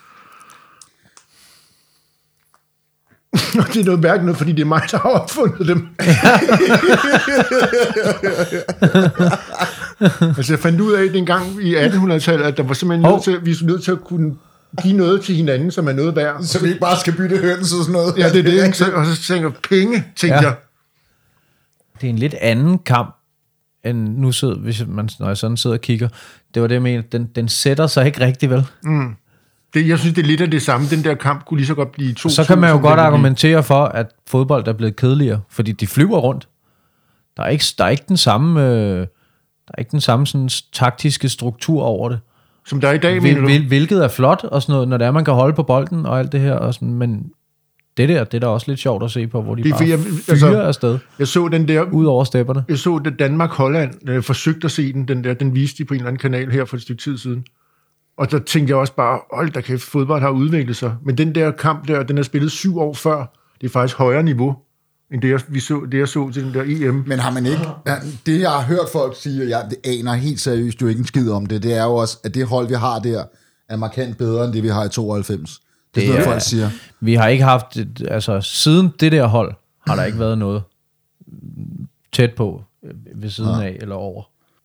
Det er noget mærkeligt noget, fordi det er mig, der har opfundet dem. Altså, jeg fandt ud af det en gang i 1800-tallet, at der var simpelthen vi var nødt til at kunne give noget til hinanden, som er noget værd. Så vi ikke bare skal bytte høns og sådan noget. Ja, det er det, ikke? Og så tænker jeg, penge, tænker jeg. Det er en lidt anden kamp, end nu når jeg sådan sidder og kigger. Det var det, jeg mener, den sætter sig ikke rigtig, vel? Mm. Jeg synes, det er lidt af det samme. Den der kamp kunne lige så godt blive 2-2. Så kan man jo godt argumentere for, at fodbold er blevet kedeligere, fordi de flyver rundt. Der er ikke den samme sådan taktiske struktur over det. Som der er i dag, hvilket er flot og sådan noget, når det er, man kan holde på bolden og alt det her. Og sådan, men det er da også lidt sjovt at se på, hvor de fyrer afsted. Jeg så den der ud over stepperne. Jeg så det Danmark-Holland. Jeg forsøgte at se den viste de på en eller anden kanal her for et stykke tid siden. Og der tænkte jeg også bare, hold da kæft, fodbold har udviklet sig. Men den der kamp der, den er spillet 7 år før. Det er faktisk højere niveau, end det jeg så til den der EM. Men har man ikke... Det, jeg har hørt folk sige, og jeg aner helt seriøst jo ikke en skid om det er jo også, at det hold, vi har der, er markant bedre, end det, vi har i 92. Det er noget, folk siger. Vi har ikke haft... Altså, siden det der hold, har der ikke været noget tæt på, ved siden af eller over.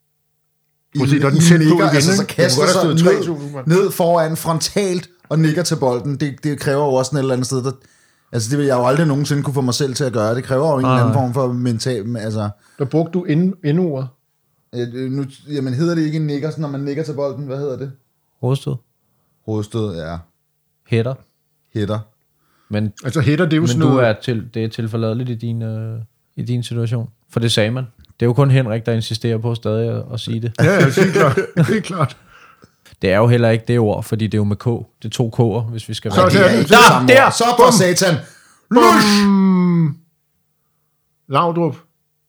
Så kaster sig ned foran frontalt og nikker til bolden. Det kræver jo også en eller anden sted. Altså det vil jeg jo aldrig nogensinde kunne få mig selv til at gøre. Det kræver jo en eller anden form for mental... Altså. Der brugte du endordet? Jamen hedder det ikke en nikker, når man nikker til bolden? Hvad hedder det? Hovedstød, ja. Hætter. Men, altså hætter, det er jo sådan noget... det er tilforladeligt i din situation. For det sagde man. Det er jo kun Henrik, der insisterer på stadig at sige det. Ja, det er klart. Det er jo heller ikke det ord, fordi det er jo med K. Det er 2 K'er, hvis vi skal være... Så for satan! Laudrup.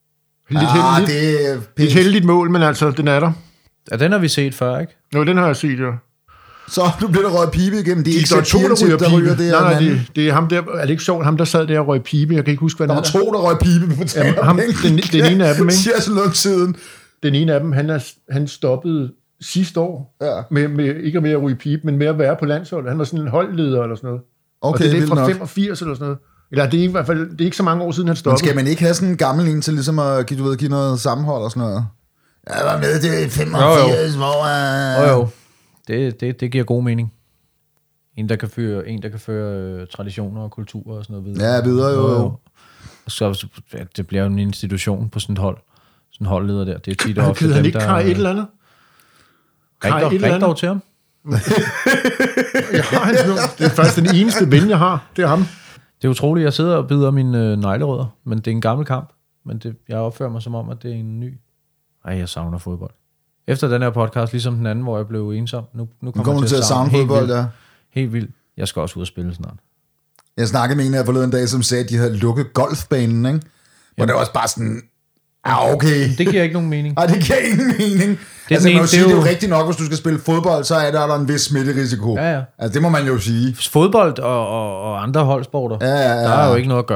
Lidt heldigt mål, men altså, den er der. Ja, den har vi set før, ikke? Jo, den har jeg set, ja. Så nu bliver der røget pibe igennem. Det er ikke der ryger det. Nej, det er ham der. Er det ikke sjovt? Ham, der sad der og røg pibe. Jeg kan ikke huske, hvad der var 2, der røg pibe på den ene af dem, ikke? Siger så langt siden. Den ene af dem, han stoppede sidste år med ikke med at ryge pibe, men med at være på landsholdet. Han var sådan en holdleder eller sådan noget. Okay, og det er fra 85 eller sådan noget. Eller det er i hvert fald, det er ikke så mange år siden, han stoppede. Men skal man ikke have sådan en gammel en til ligesom at give noget sammenhold og sådan noget? Jeg var med til 85, hvor... Jo. Det giver god mening. En, der kan føre traditioner og kultur og sådan noget videre. Ja, videre jo. Så det bliver jo en institution på sådan et hold. Sådan en holdleder der. Det er tit ofte dem, der... Han ikke Kaj et eller andet? Ring dog til ham. Det er faktisk den eneste ven, jeg har. Det er ham. Det er utroligt, jeg sidder og bider mine neglerødder, men det er en gammel kamp. Men jeg opfører mig som om, at det er en ny. Jeg savner fodbold. Efter den her podcast, ligesom den anden, hvor jeg blev ensom, nu kommer jeg til at savne fodbold, ja. Helt vildt. Jeg skal også ud og spille snart. Jeg snakkede med en af forleden dag, som sagde, at de havde lukket golfbanen, ikke? Hvor det var også bare sådan, okay. Det giver ikke nogen mening. Nej, det giver ingen mening. Det er jo rigtigt nok, hvis du skal spille fodbold, så er der en vis smitterisiko. Ja. Altså, det må man jo sige. Fodbold og andre holdsporter, der er jo ikke noget at gøre jo.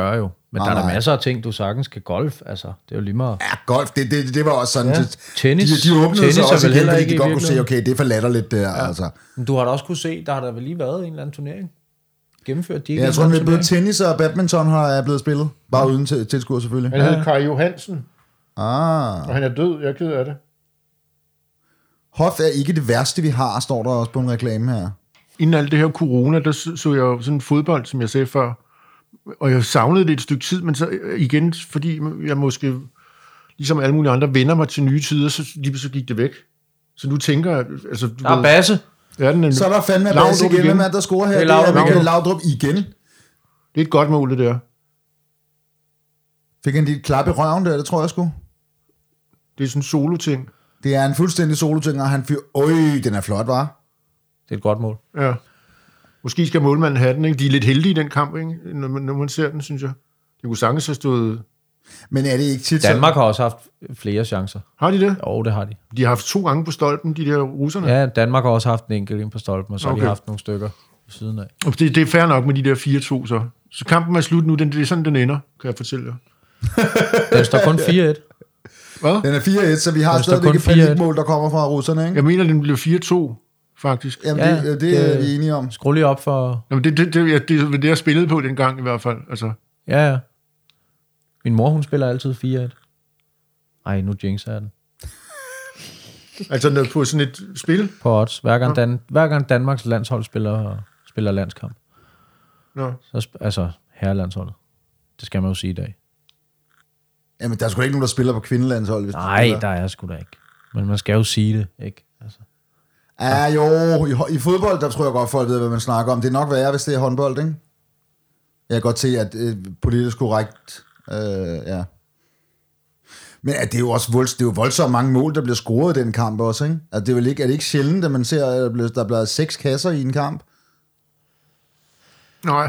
Men der er der masser af ting, du sagtens kan golf. Altså, det er jo lige meget. Ja, golf, det var også sådan... Ja. Tennis. De åbnede tennis sig også igen, fordi ikke de godt kunne se, okay, det er for latterligt der, altså. Men du har da også kunne se, der har der vel lige været en eller anden turnering. Gennemført de ikke? Ja, jeg tror, at både tennis og badminton er blevet spillet. Bare uden tilskuer selvfølgelig. Han hedder Kai Johansen, Ah. og han er død. Jeg er ked af det. Hof er ikke det værste, vi har, står der også på en reklame her. Inden alt det her corona, der så jeg jo sådan fodbold, som jeg sagde før. Og jeg savnede det et stykke tid, men så igen, fordi jeg måske, ligesom alle mulige andre, vender mig til nye tider, så lige så gik det væk. Så nu tænker jeg... Altså, der er Basse. Så er der fandme Basse igen. Hvem er der scorer her? Det er Michael Laudrup igen. Det er et godt mål, det der. Fik han dit klap i røven der, det tror jeg sgu. Det er sådan en solo-ting. Det er en fuldstændig solo-ting, og han den er flot, var. Det er et godt mål. Ja. Måske skal målmanden have den, ikke? De er lidt heldige i den kamp, ikke? Når man ser den, synes jeg. Det kunne sagtens have stået... Men er det ikke tit Danmark har også haft flere chancer. Har de det? Jo, det har de. De har haft 2 gange på stolpen, de der russerne. Ja, Danmark har også haft en enkelt ind på stolpen, og så har de haft nogle stykker ved siden af. Og det er fair nok med de der 4-2, så. Så kampen er slut nu, det er sådan, den ender, kan jeg fortælle jer. Den står kun 4-1. Hvad? Den er 4-1, så vi har stadigvæk et panikmål, der kommer fra russerne, ikke? Jeg mener, den blev 4-2, faktisk. Jamen, det er vi enige om. Skru lige op for... Jamen, det jeg spillede på dengang i hvert fald. Altså. Ja. Min mor, hun spiller altid 4-1. Ej, nu jinxer jeg den. Altså på sådan et spil? På odds. Hver gang Danmarks landshold spiller landskamp. Nå. Så altså, herrelandsholdet. Det skal man jo sige i dag. Jamen, der er sgu ikke nogen, der spiller på kvindelandshold. Hvis Nej, der er sgu da ikke. Men man skal jo sige det, ikke? Altså. Ja, jo. I fodbold, der tror jeg godt, folk ved, hvad man snakker om. Det er nok værre, hvis det er håndbold, ikke? Jeg kan godt se, at politisk korrekt... ja. Men det er jo også voldsomt mange mål, der bliver scoret i den kamp også, ikke? Altså, er det ikke sjældent, at man ser, at der bliver 6 kasser i en kamp? Nej.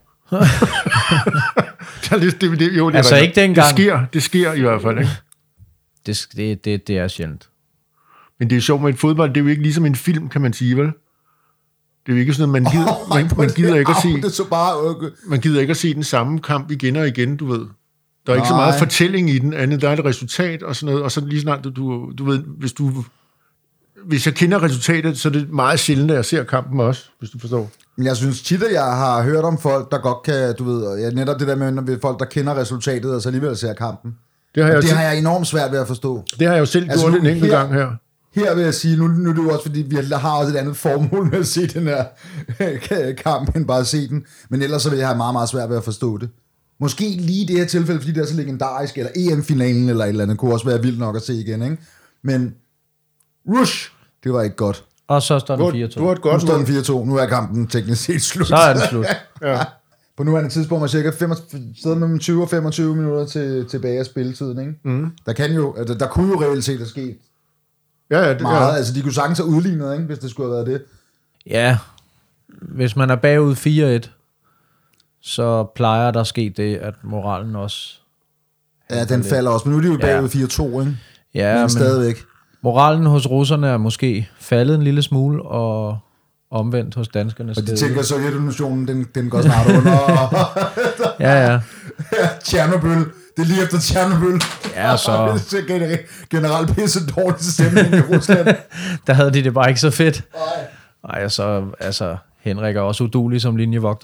Ikke dengang. Det sker i hvert fald, ikke? Det er sjældent. Men det er sjovt med et fodbold, det er jo ikke ligesom en film, kan man sige, vel? Det er jo ikke sådan, at man gider ikke at se... Man gider ikke at se den samme kamp igen og igen, du ved. Der er ikke så meget fortælling i den andet, der er et resultat og sådan noget, og så lige snart du ved, hvis jeg kender resultatet, så er det meget sjældent, at jeg ser kampen også, hvis du forstår. Men jeg synes tit, at jeg har hørt om folk, der godt kan, du ved, netop det der med folk, der kender resultatet, og så alligevel ser kampen. Det har jeg enormt svært ved at forstå. Det har jeg jo selv gjort en enkelt gang her. Her vil jeg sige, nu er det jo også, fordi vi har også et andet formål med at se den her kamp, end bare at se den. Men ellers så vil jeg have meget, meget svært ved at forstå det. Måske lige i det her tilfælde, fordi det er så legendarisk, eller EM-finalen eller et eller andet, kunne også være vildt nok at se igen, ikke? Men rush, det var ikke godt. Og så står den 4-2. Du har et godt nu står den 4-2, nu er kampen teknisk set slut. Så er den slut. Ja. På nuværende tidspunkt er cirka mellem 20 og 25 minutter tilbage af spilletiden, ikke? Mm. Der kunne jo reelt set have sket det meget. Ja. Altså, de kunne sagtens have udlignet, ikke? Hvis det skulle have været det. Ja, hvis man er bagud 4-1, så plejer der at ske det, at moralen også... Ja, den falder også. Men nu er de jo bagud 4-2, ikke? Ja, men stadigvæk. Moralen hos russerne er måske faldet en lille smule, og omvendt hos danskerne. Og de tænker, at Sovjetunionen, den går snart under. Ja. Tjernobyl. Det er lige efter Tjernobyl. Ja, så... Det er generelt pisse dårlig stemning i Rusland. Der havde de det bare ikke så fedt. Nej, så altså Henrik er også uduelig som linjevogter.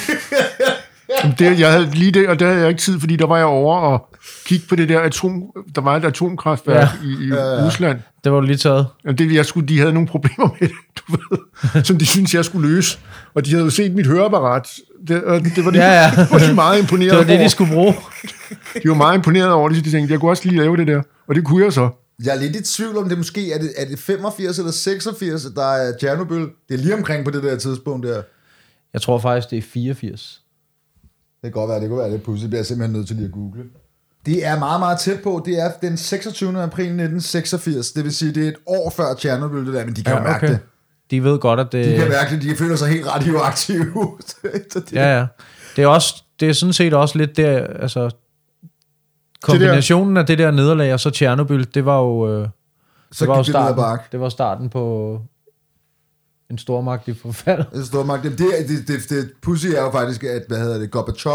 Jeg havde lige det, og der havde jeg ikke tid, fordi der var jeg over og kigge på det der der var et atomkraftværk i Rusland. Det var du lige taget. De havde nogle problemer med det, du ved, som de syntes, jeg skulle løse. Og de havde jo set mit høreapparat. Det var de meget imponeret over. Det var det, de skulle bruge. De var meget imponeret over det, så de tænkte, jeg kunne også lige lave det der. Og det kunne jeg så. Jeg er lidt i tvivl om det måske. Er det 85 eller 86, der er Tjernobyl? Det er lige omkring på det der tidspunkt der. Jeg tror faktisk, det er 84. Det kan godt være, det kunne være lidt pudsigt. Det bliver jeg simpelthen nødt til lige at google. Det er meget, meget tæt på. Det er den 26. april 1986. Det vil sige, det er et år før Tjernobyl, det der, men de kan jo mærke det. De ved godt, at det... De kan mærke det. De føler sig helt radioaktive. Ja. Det er sådan set også lidt der, altså... Kombinationen af det der nederlag og så Tjernobyl, det var jo... det var starten på en stormagt i forfald. En stormagt. Det pudsige er jo faktisk, at, Gorbachev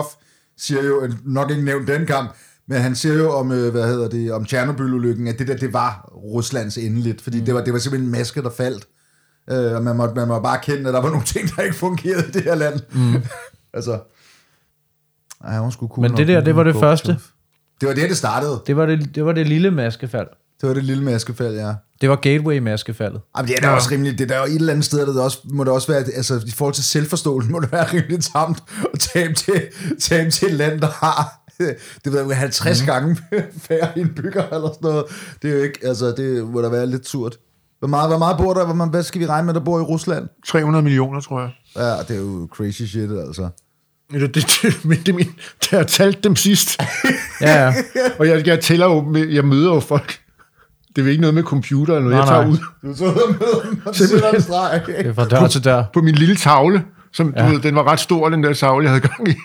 siger jo, nok ikke nævnt den kamp, men han siger jo om, om Tjernobyl-ulykken, at det var Ruslands endeligt, fordi det var simpelthen en maske, der faldt. Og man må bare kende, at der var nogle ting, der ikke fungerede i det her land. Altså, han var sgu cool. Men det var det første. Det var det startede. Det var det lille maskefald. Det var det lille maskefald, ja. Det var gateway-maskefaldet. Jamen, det er da også rimeligt. Det er der jo et eller andet sted, der også, må det også være, altså i forhold til selvforståelse, må det være rimeligt tamt at tage til et land, der har, det ved jeg, 50 gange færre indbygger eller sådan noget. Det er jo ikke, altså det må da være lidt surt. Hvor meget bor der? Hvad skal vi regne med, der bor i Rusland? 300 millioner, tror jeg. Ja, det er jo crazy shit, altså. Det har talt dem sidst. Ja. Og jeg tæller jo, jeg møder jo folk. Det er ikke noget med computer eller noget, jeg tager ud. Du tager ud med dem, og sætter en streg. Det er fra dør til dør. På min lille tavle, som du ved, den var ret stor, den der tavle, jeg havde gang i.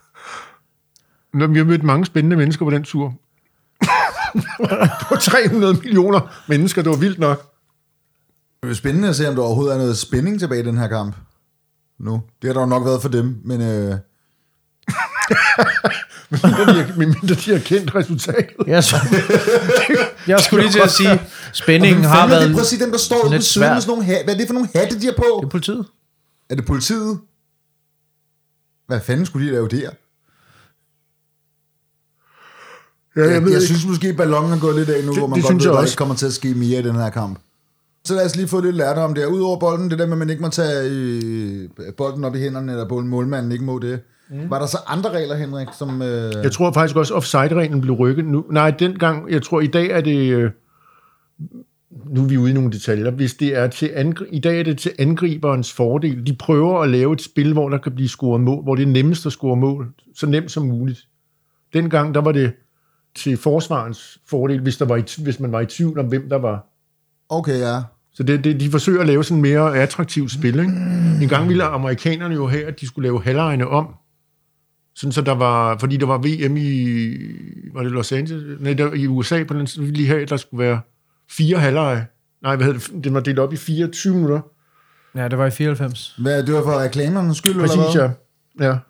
Vi har mødt mange spændende mennesker på den tur. Det var 300 millioner mennesker, det var vildt nok. Det er spændende at se, om der overhovedet er noget spænding tilbage i den her kamp. Nu. Det har der jo nok været for dem, men... mindre de har kendt resultatet. Jeg skulle lige til at sige, spændingen har været... Prøv at sige dem, der står ude på siden med sådan nogle hatte. Hvad er det for nogle hatte, de har på? Det er politiet. Er det politiet? Hvad fanden skulle de lave der? Jeg synes måske, at ballonen er gået lidt af nu, hvor man godt ved, at der ikke kommer til at ske mere i den her kamp. Så lad os lige få lidt lært om det. Udover bolden, det der med, at man ikke må tage bolden op i hænderne, eller på en målmand ikke må det. Var der så andre regler, Henrik? Som, Jeg tror faktisk også, offside-reglen blev rykket nu. Nej, dengang, jeg tror, i dag er det... Nu er vi ude i nogle detaljer. Hvis det er til i dag er det til angriberens fordel. De prøver at lave et spil, hvor der kan blive scoret mål, hvor det er nemmest at score mål. Så nemt som muligt. Dengang, der var det til forsvarens fordel, hvis man var i tvivl om, hvem der var. Okay, ja. Så de forsøger at lave sådan mere attraktivt spil, ikke? En gang ville amerikanerne jo have, at de skulle lave halvlejene om. Sådan så der var, fordi der var VM i, var det Los Angeles? Nej, der, i USA på den så ville de have, at der skulle være 4 halvleje. Nej, hvad hedder det? Den var delt op i 24 minutter. Ja, det var i 94. Hvad, det var for reklamernes skyld, præcis, eller hvad? Ja.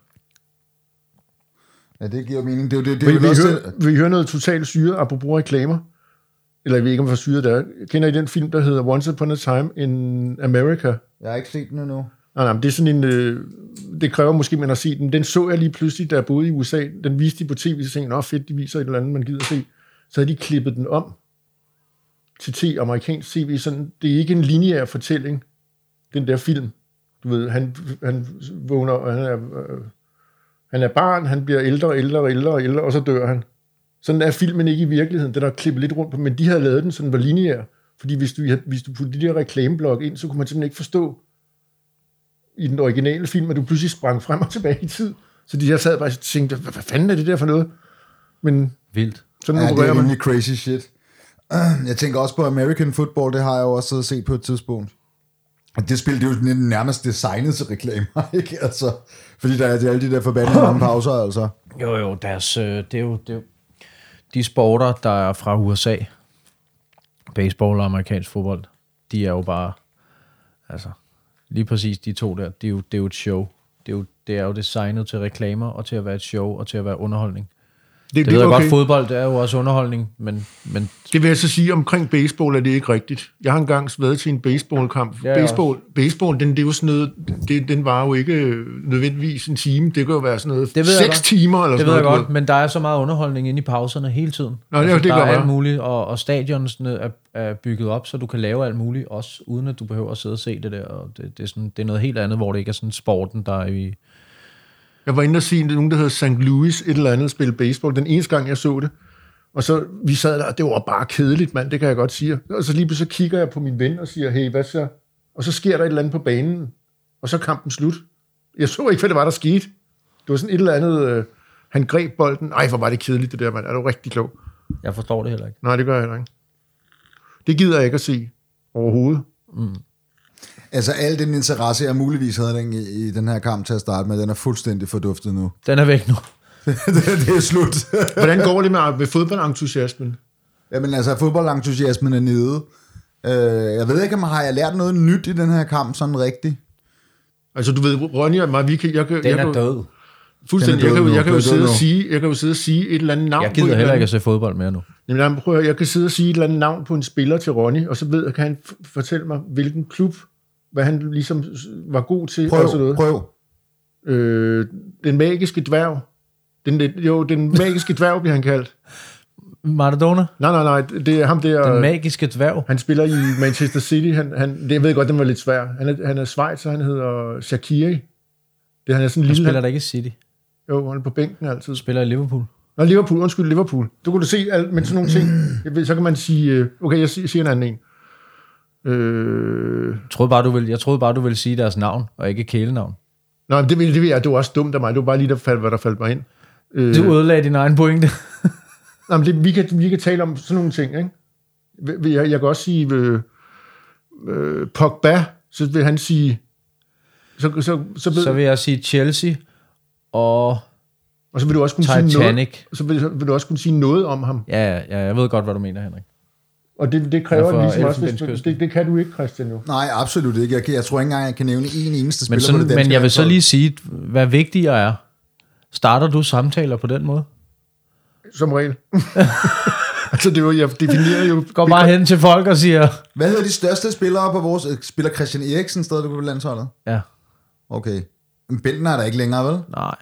Ja, det giver mening. Det vi hører noget totalt syret, apropos reklamer. Eller jeg ved ikke, om det var syret der. Kender I den film, der hedder Once Upon a Time in America? Jeg har ikke set den endnu. Nej, men det er sådan en... det kræver måske, man har set den. Den så jeg lige pludselig, da jeg boede i USA. Den viste de på tv, så tænkte jeg, fedt, de viser et eller andet, man gider se. Så havde de klippet den om til amerikansk tv. Sådan, det er ikke en lineær fortælling, den der film. Du ved, han vågner, og han er barn, han bliver ældre, og så dør han. Sådan er filmen ikke i virkeligheden. Den er klippet lidt rundt på, men de havde lavet den, så den var lineær. Fordi hvis du puttede de der reklameblok ind, så kunne man simpelthen ikke forstå i den originale film, at du pludselig sprang frem og tilbage i tid. Så de der sad bare og tænkte, hvad fanden er det der for noget? Men vildt. Sådan det er rimelig crazy shit. Jeg tænker også på American Football, det har jeg jo også set på et tidspunkt. Det spil, det er jo nærmest designet til reklamer, ikke? Altså, fordi der er alle de der forbandede mange pauser, altså. Jo, det er jo de sporter, der er fra USA, baseball og amerikansk fodbold, de er jo bare, altså, lige præcis de to der, det er jo et show. Det er jo designet til reklamer, og til at være et show, og til at være underholdning. Det ved jeg okay. Godt, fodbold det er jo også underholdning, men... Det vil jeg så sige, omkring baseball er det ikke rigtigt. Jeg har engang været til en baseballkamp. Ja, baseball, det er jo sådan noget, den var jo ikke nødvendigvis en time. Det kan jo være sådan noget 6 timer eller sådan noget. Det ved jeg godt, men der er så meget underholdning inde i pauserne hele tiden. Nå, altså, det der er alt muligt, og stadionsene er bygget op, så du kan lave alt muligt, også uden at du behøver at sidde og se det der. Og det er noget helt andet, hvor det ikke er sådan sporten, der er i... Jeg var inde og se nogen, der hedder St. Louis, et eller andet, spille baseball. Den eneste gang, jeg så det. Og så, vi sad der, og det var bare kedeligt, mand, det kan jeg godt sige. Og så lige pludselig kigger jeg på min ven og siger, hey, hvad så? Og så sker der et eller andet på banen. Og så er kampen slut. Jeg så ikke, hvad det var, der skete. Det var sådan et eller andet, han greb bolden. Ej, hvor var det kedeligt, det der, mand. Er du rigtig klog? Jeg forstår det heller ikke. Nej, det gør jeg heller ikke. Det gider jeg ikke at se overhovedet. Mm. Altså, al den interesse, jeg muligvis havde i den her kamp til at starte med, den er fuldstændig forduftet nu. Den er væk nu. det er slut. Hvordan går det med fodboldentusiasmen? Jamen, altså, fodboldentusiasmen er nede. Jeg ved ikke, om har jeg lært noget nyt i den her kamp, sådan rigtigt? Altså, du ved, Ronny og mig, den er død. Fuldstændig. Jeg kan jo sidde og sige et eller andet navn. Jeg gider heller ikke at se fodbold mere nu. Jamen, prøv at, jeg kan sidde og sige et eller andet navn på en spiller til Ronny, og så kan han fortælle mig, hvilken klub, hvad han ligesom var god til. Og sådan noget. Prøv. Den magiske dværg. Den magiske dværg bliver han kaldt. Maradona? Nej, det er ham der... Den magiske dværg? Han spiller i Manchester City. Jeg ved godt, den var lidt svær. Han er schweizer, han hedder Shaqiri. Han er sådan lille... spiller der ikke i City? Jo, han er på bænken altid. Spiller i Liverpool? Nå, Liverpool. Du kunne se alt, men sådan nogle ting. Så kan man sige... Okay, jeg siger en anden en. Jeg troede bare, du ville sige deres navn, og ikke kælenavn. Nå, det ved jeg. Det var også dumt af mig. Det var bare lige, hvad der faldt mig ind. Du ødelagde din egen pointe. Nå, men vi kan tale om sådan nogle ting, ikke? Jeg kan også sige Pogba, så vil han sige... Så vil jeg sige Chelsea og så vil du også kunne Titanic. Sige noget, så vil du også kunne sige noget om ham. Ja, jeg ved godt, hvad du mener, Henrik. Og det kræver ligesom også, det kan du ikke, Christian, jo. Nej, absolut ikke. Jeg tror ikke engang, jeg kan nævne en eneste spiller på det danske. Men jeg vil så lige sige, hvad vigtigere er. Starter du samtaler på den måde? Som regel. Altså, jeg definerer jo... Går bare hen til folk og siger... Hvad hedder de største spillere på vores... Spiller Christian Eriksen stadig på landsholdet? Ja. Okay. Men Bentner er der ikke længere, vel? Nej.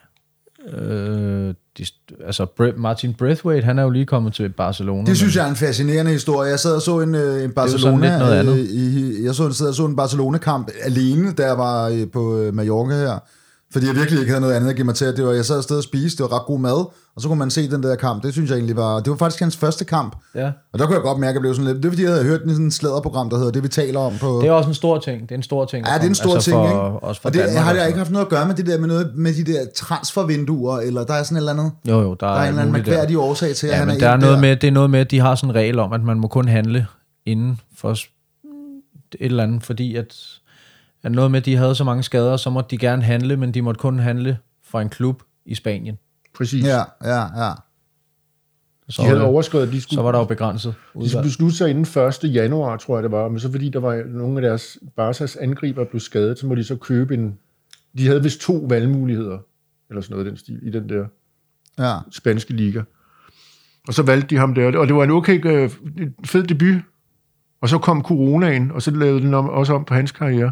Martin Braithwaite, han er jo lige kommet til Barcelona. Det synes jeg er en fascinerende historie. Jeg sad og så en Barcelona... Jeg så en Barcelona-kamp alene, da jeg var på Mallorca her. Fordi jeg virkelig ikke havde noget andet at give mig til. Jeg sad afsted og spiste, det var ret god mad, og så kunne man se den der kamp. Det synes jeg egentlig var... Det var faktisk hans første kamp. Ja. Og der kunne jeg godt mærke, at jeg blev sådan lidt... Det er fordi, jeg havde hørt sådan en slæderprogram, der hedder Det, vi taler om på... Det er også en stor ting. Det er en stor ting. Ja, det er en stor ting, ikke? Også for og det har jeg ikke haft noget at gøre med det der med de der transfervinduer, eller der er sådan et eller andet... Jo, der er en eller anden mærkværdig årsag til, at han men der er noget med, det er noget med, at de har sådan en regel om, at man må kun handle inden for et eller andet, fordi at noget med, at de havde så mange skader, så måtte de gerne handle, men de måtte kun handle fra en klub i Spanien. Præcis. Ja. De havde overskrevet, så var der jo begrænset. De skulle beslutte sig inden 1. januar, tror jeg det var, men så fordi der var nogle af deres Barças angriber blev skadet, så må de så købe de havde vist 2 valgmuligheder, eller sådan noget i den stil, i den der spanske liga. Og så valgte de ham der, og det var en okay fed debut. Og så kom coronaen, og så lavede den også om på hans karriere.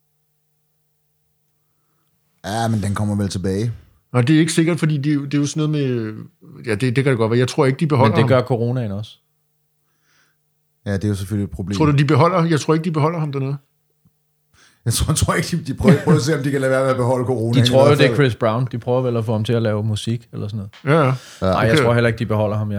Ja, men den kommer vel tilbage. Og det er ikke sikkert, fordi det er jo sådan noget med... Ja, det kan det godt være. Jeg tror ikke, de beholder ham. Men det gør coronaen også. Ja, det er jo selvfølgelig et problem. Tror du, de beholder? Jeg tror ikke, de beholder ham dernede. Jeg tror ikke, de prøver at se, om de kan lade være med at beholde coronaen. De tror jo, det er Chris Brown. De prøver vel at få ham til at lave musik eller sådan noget. Ja. Nej, jeg tror heller ikke, de beholder ham.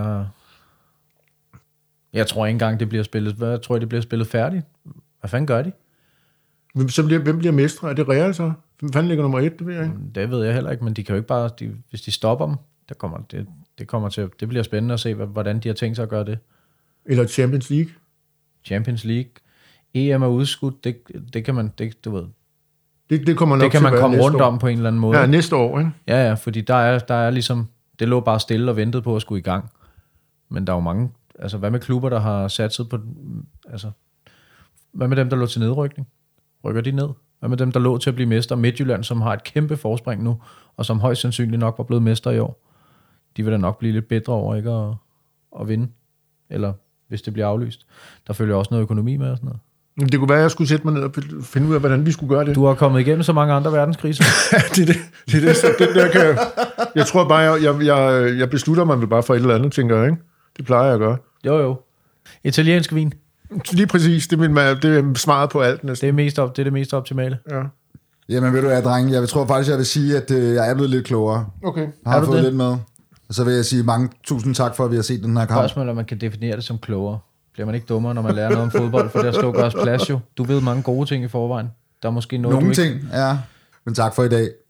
Jeg tror ikke engang, det bliver spillet. Hvad tror jeg, det bliver spillet færdigt? Hvad fanden gør de? Hvem bliver mestre? Er det Real så? Hvem fanden ligger nummer 1? Det ved jeg ikke. Det ved jeg heller ikke, men de kan jo ikke bare... hvis de stopper dem, det bliver spændende at se, hvordan de har tænkt sig at gøre det. Eller Champions League. Champions League. EM er udskudt, det kan man... du ved. Det kommer nok det kan man komme rundt om på en eller anden måde. Ja, næste år, ikke? Ja, fordi der er ligesom... Det lå bare stille og ventede på at skulle i gang. Men der er jo mange... Altså, hvad med klubber, der har satset på... Altså, hvad med dem, der lå til nedrykning? Rykker de ned? Hvad med dem, der lå til at blive mester? Midtjylland, som har et kæmpe forspring nu, og som højst sandsynligt nok var blevet mester i år. De vil da nok blive lidt bedre over ikke at vinde. Eller hvis det bliver aflyst. Der følger også noget økonomi med og sådan noget. Det kunne være, at jeg skulle sætte mig ned og finde ud af, hvordan vi skulle gøre det. Du har kommet igennem så mange andre verdenskriser. det der kan jeg tror bare, jeg beslutter mig vel bare for et eller andet, tænker jeg, ikke? Det plejer jeg at gøre. Jo. Italiensk vin. Lige præcis. Det er svaret på alt næsten. Det er det mest optimale. Ja. Jamen ved du hvad, drenge, jeg tror faktisk, jeg vil sige, at jeg er blevet lidt klogere. Okay. Jeg har fået lidt med. Og så vil jeg sige mange tusind tak for, at vi har set den her kamp. Spørgsmålet, om man kan definere det som klogere. Bliver man ikke dummere, når man lærer noget om fodbold, for der står gøres plads jo. Du ved mange gode ting i forvejen. Der er måske noget, nogle ting, ja. Men tak for i dag.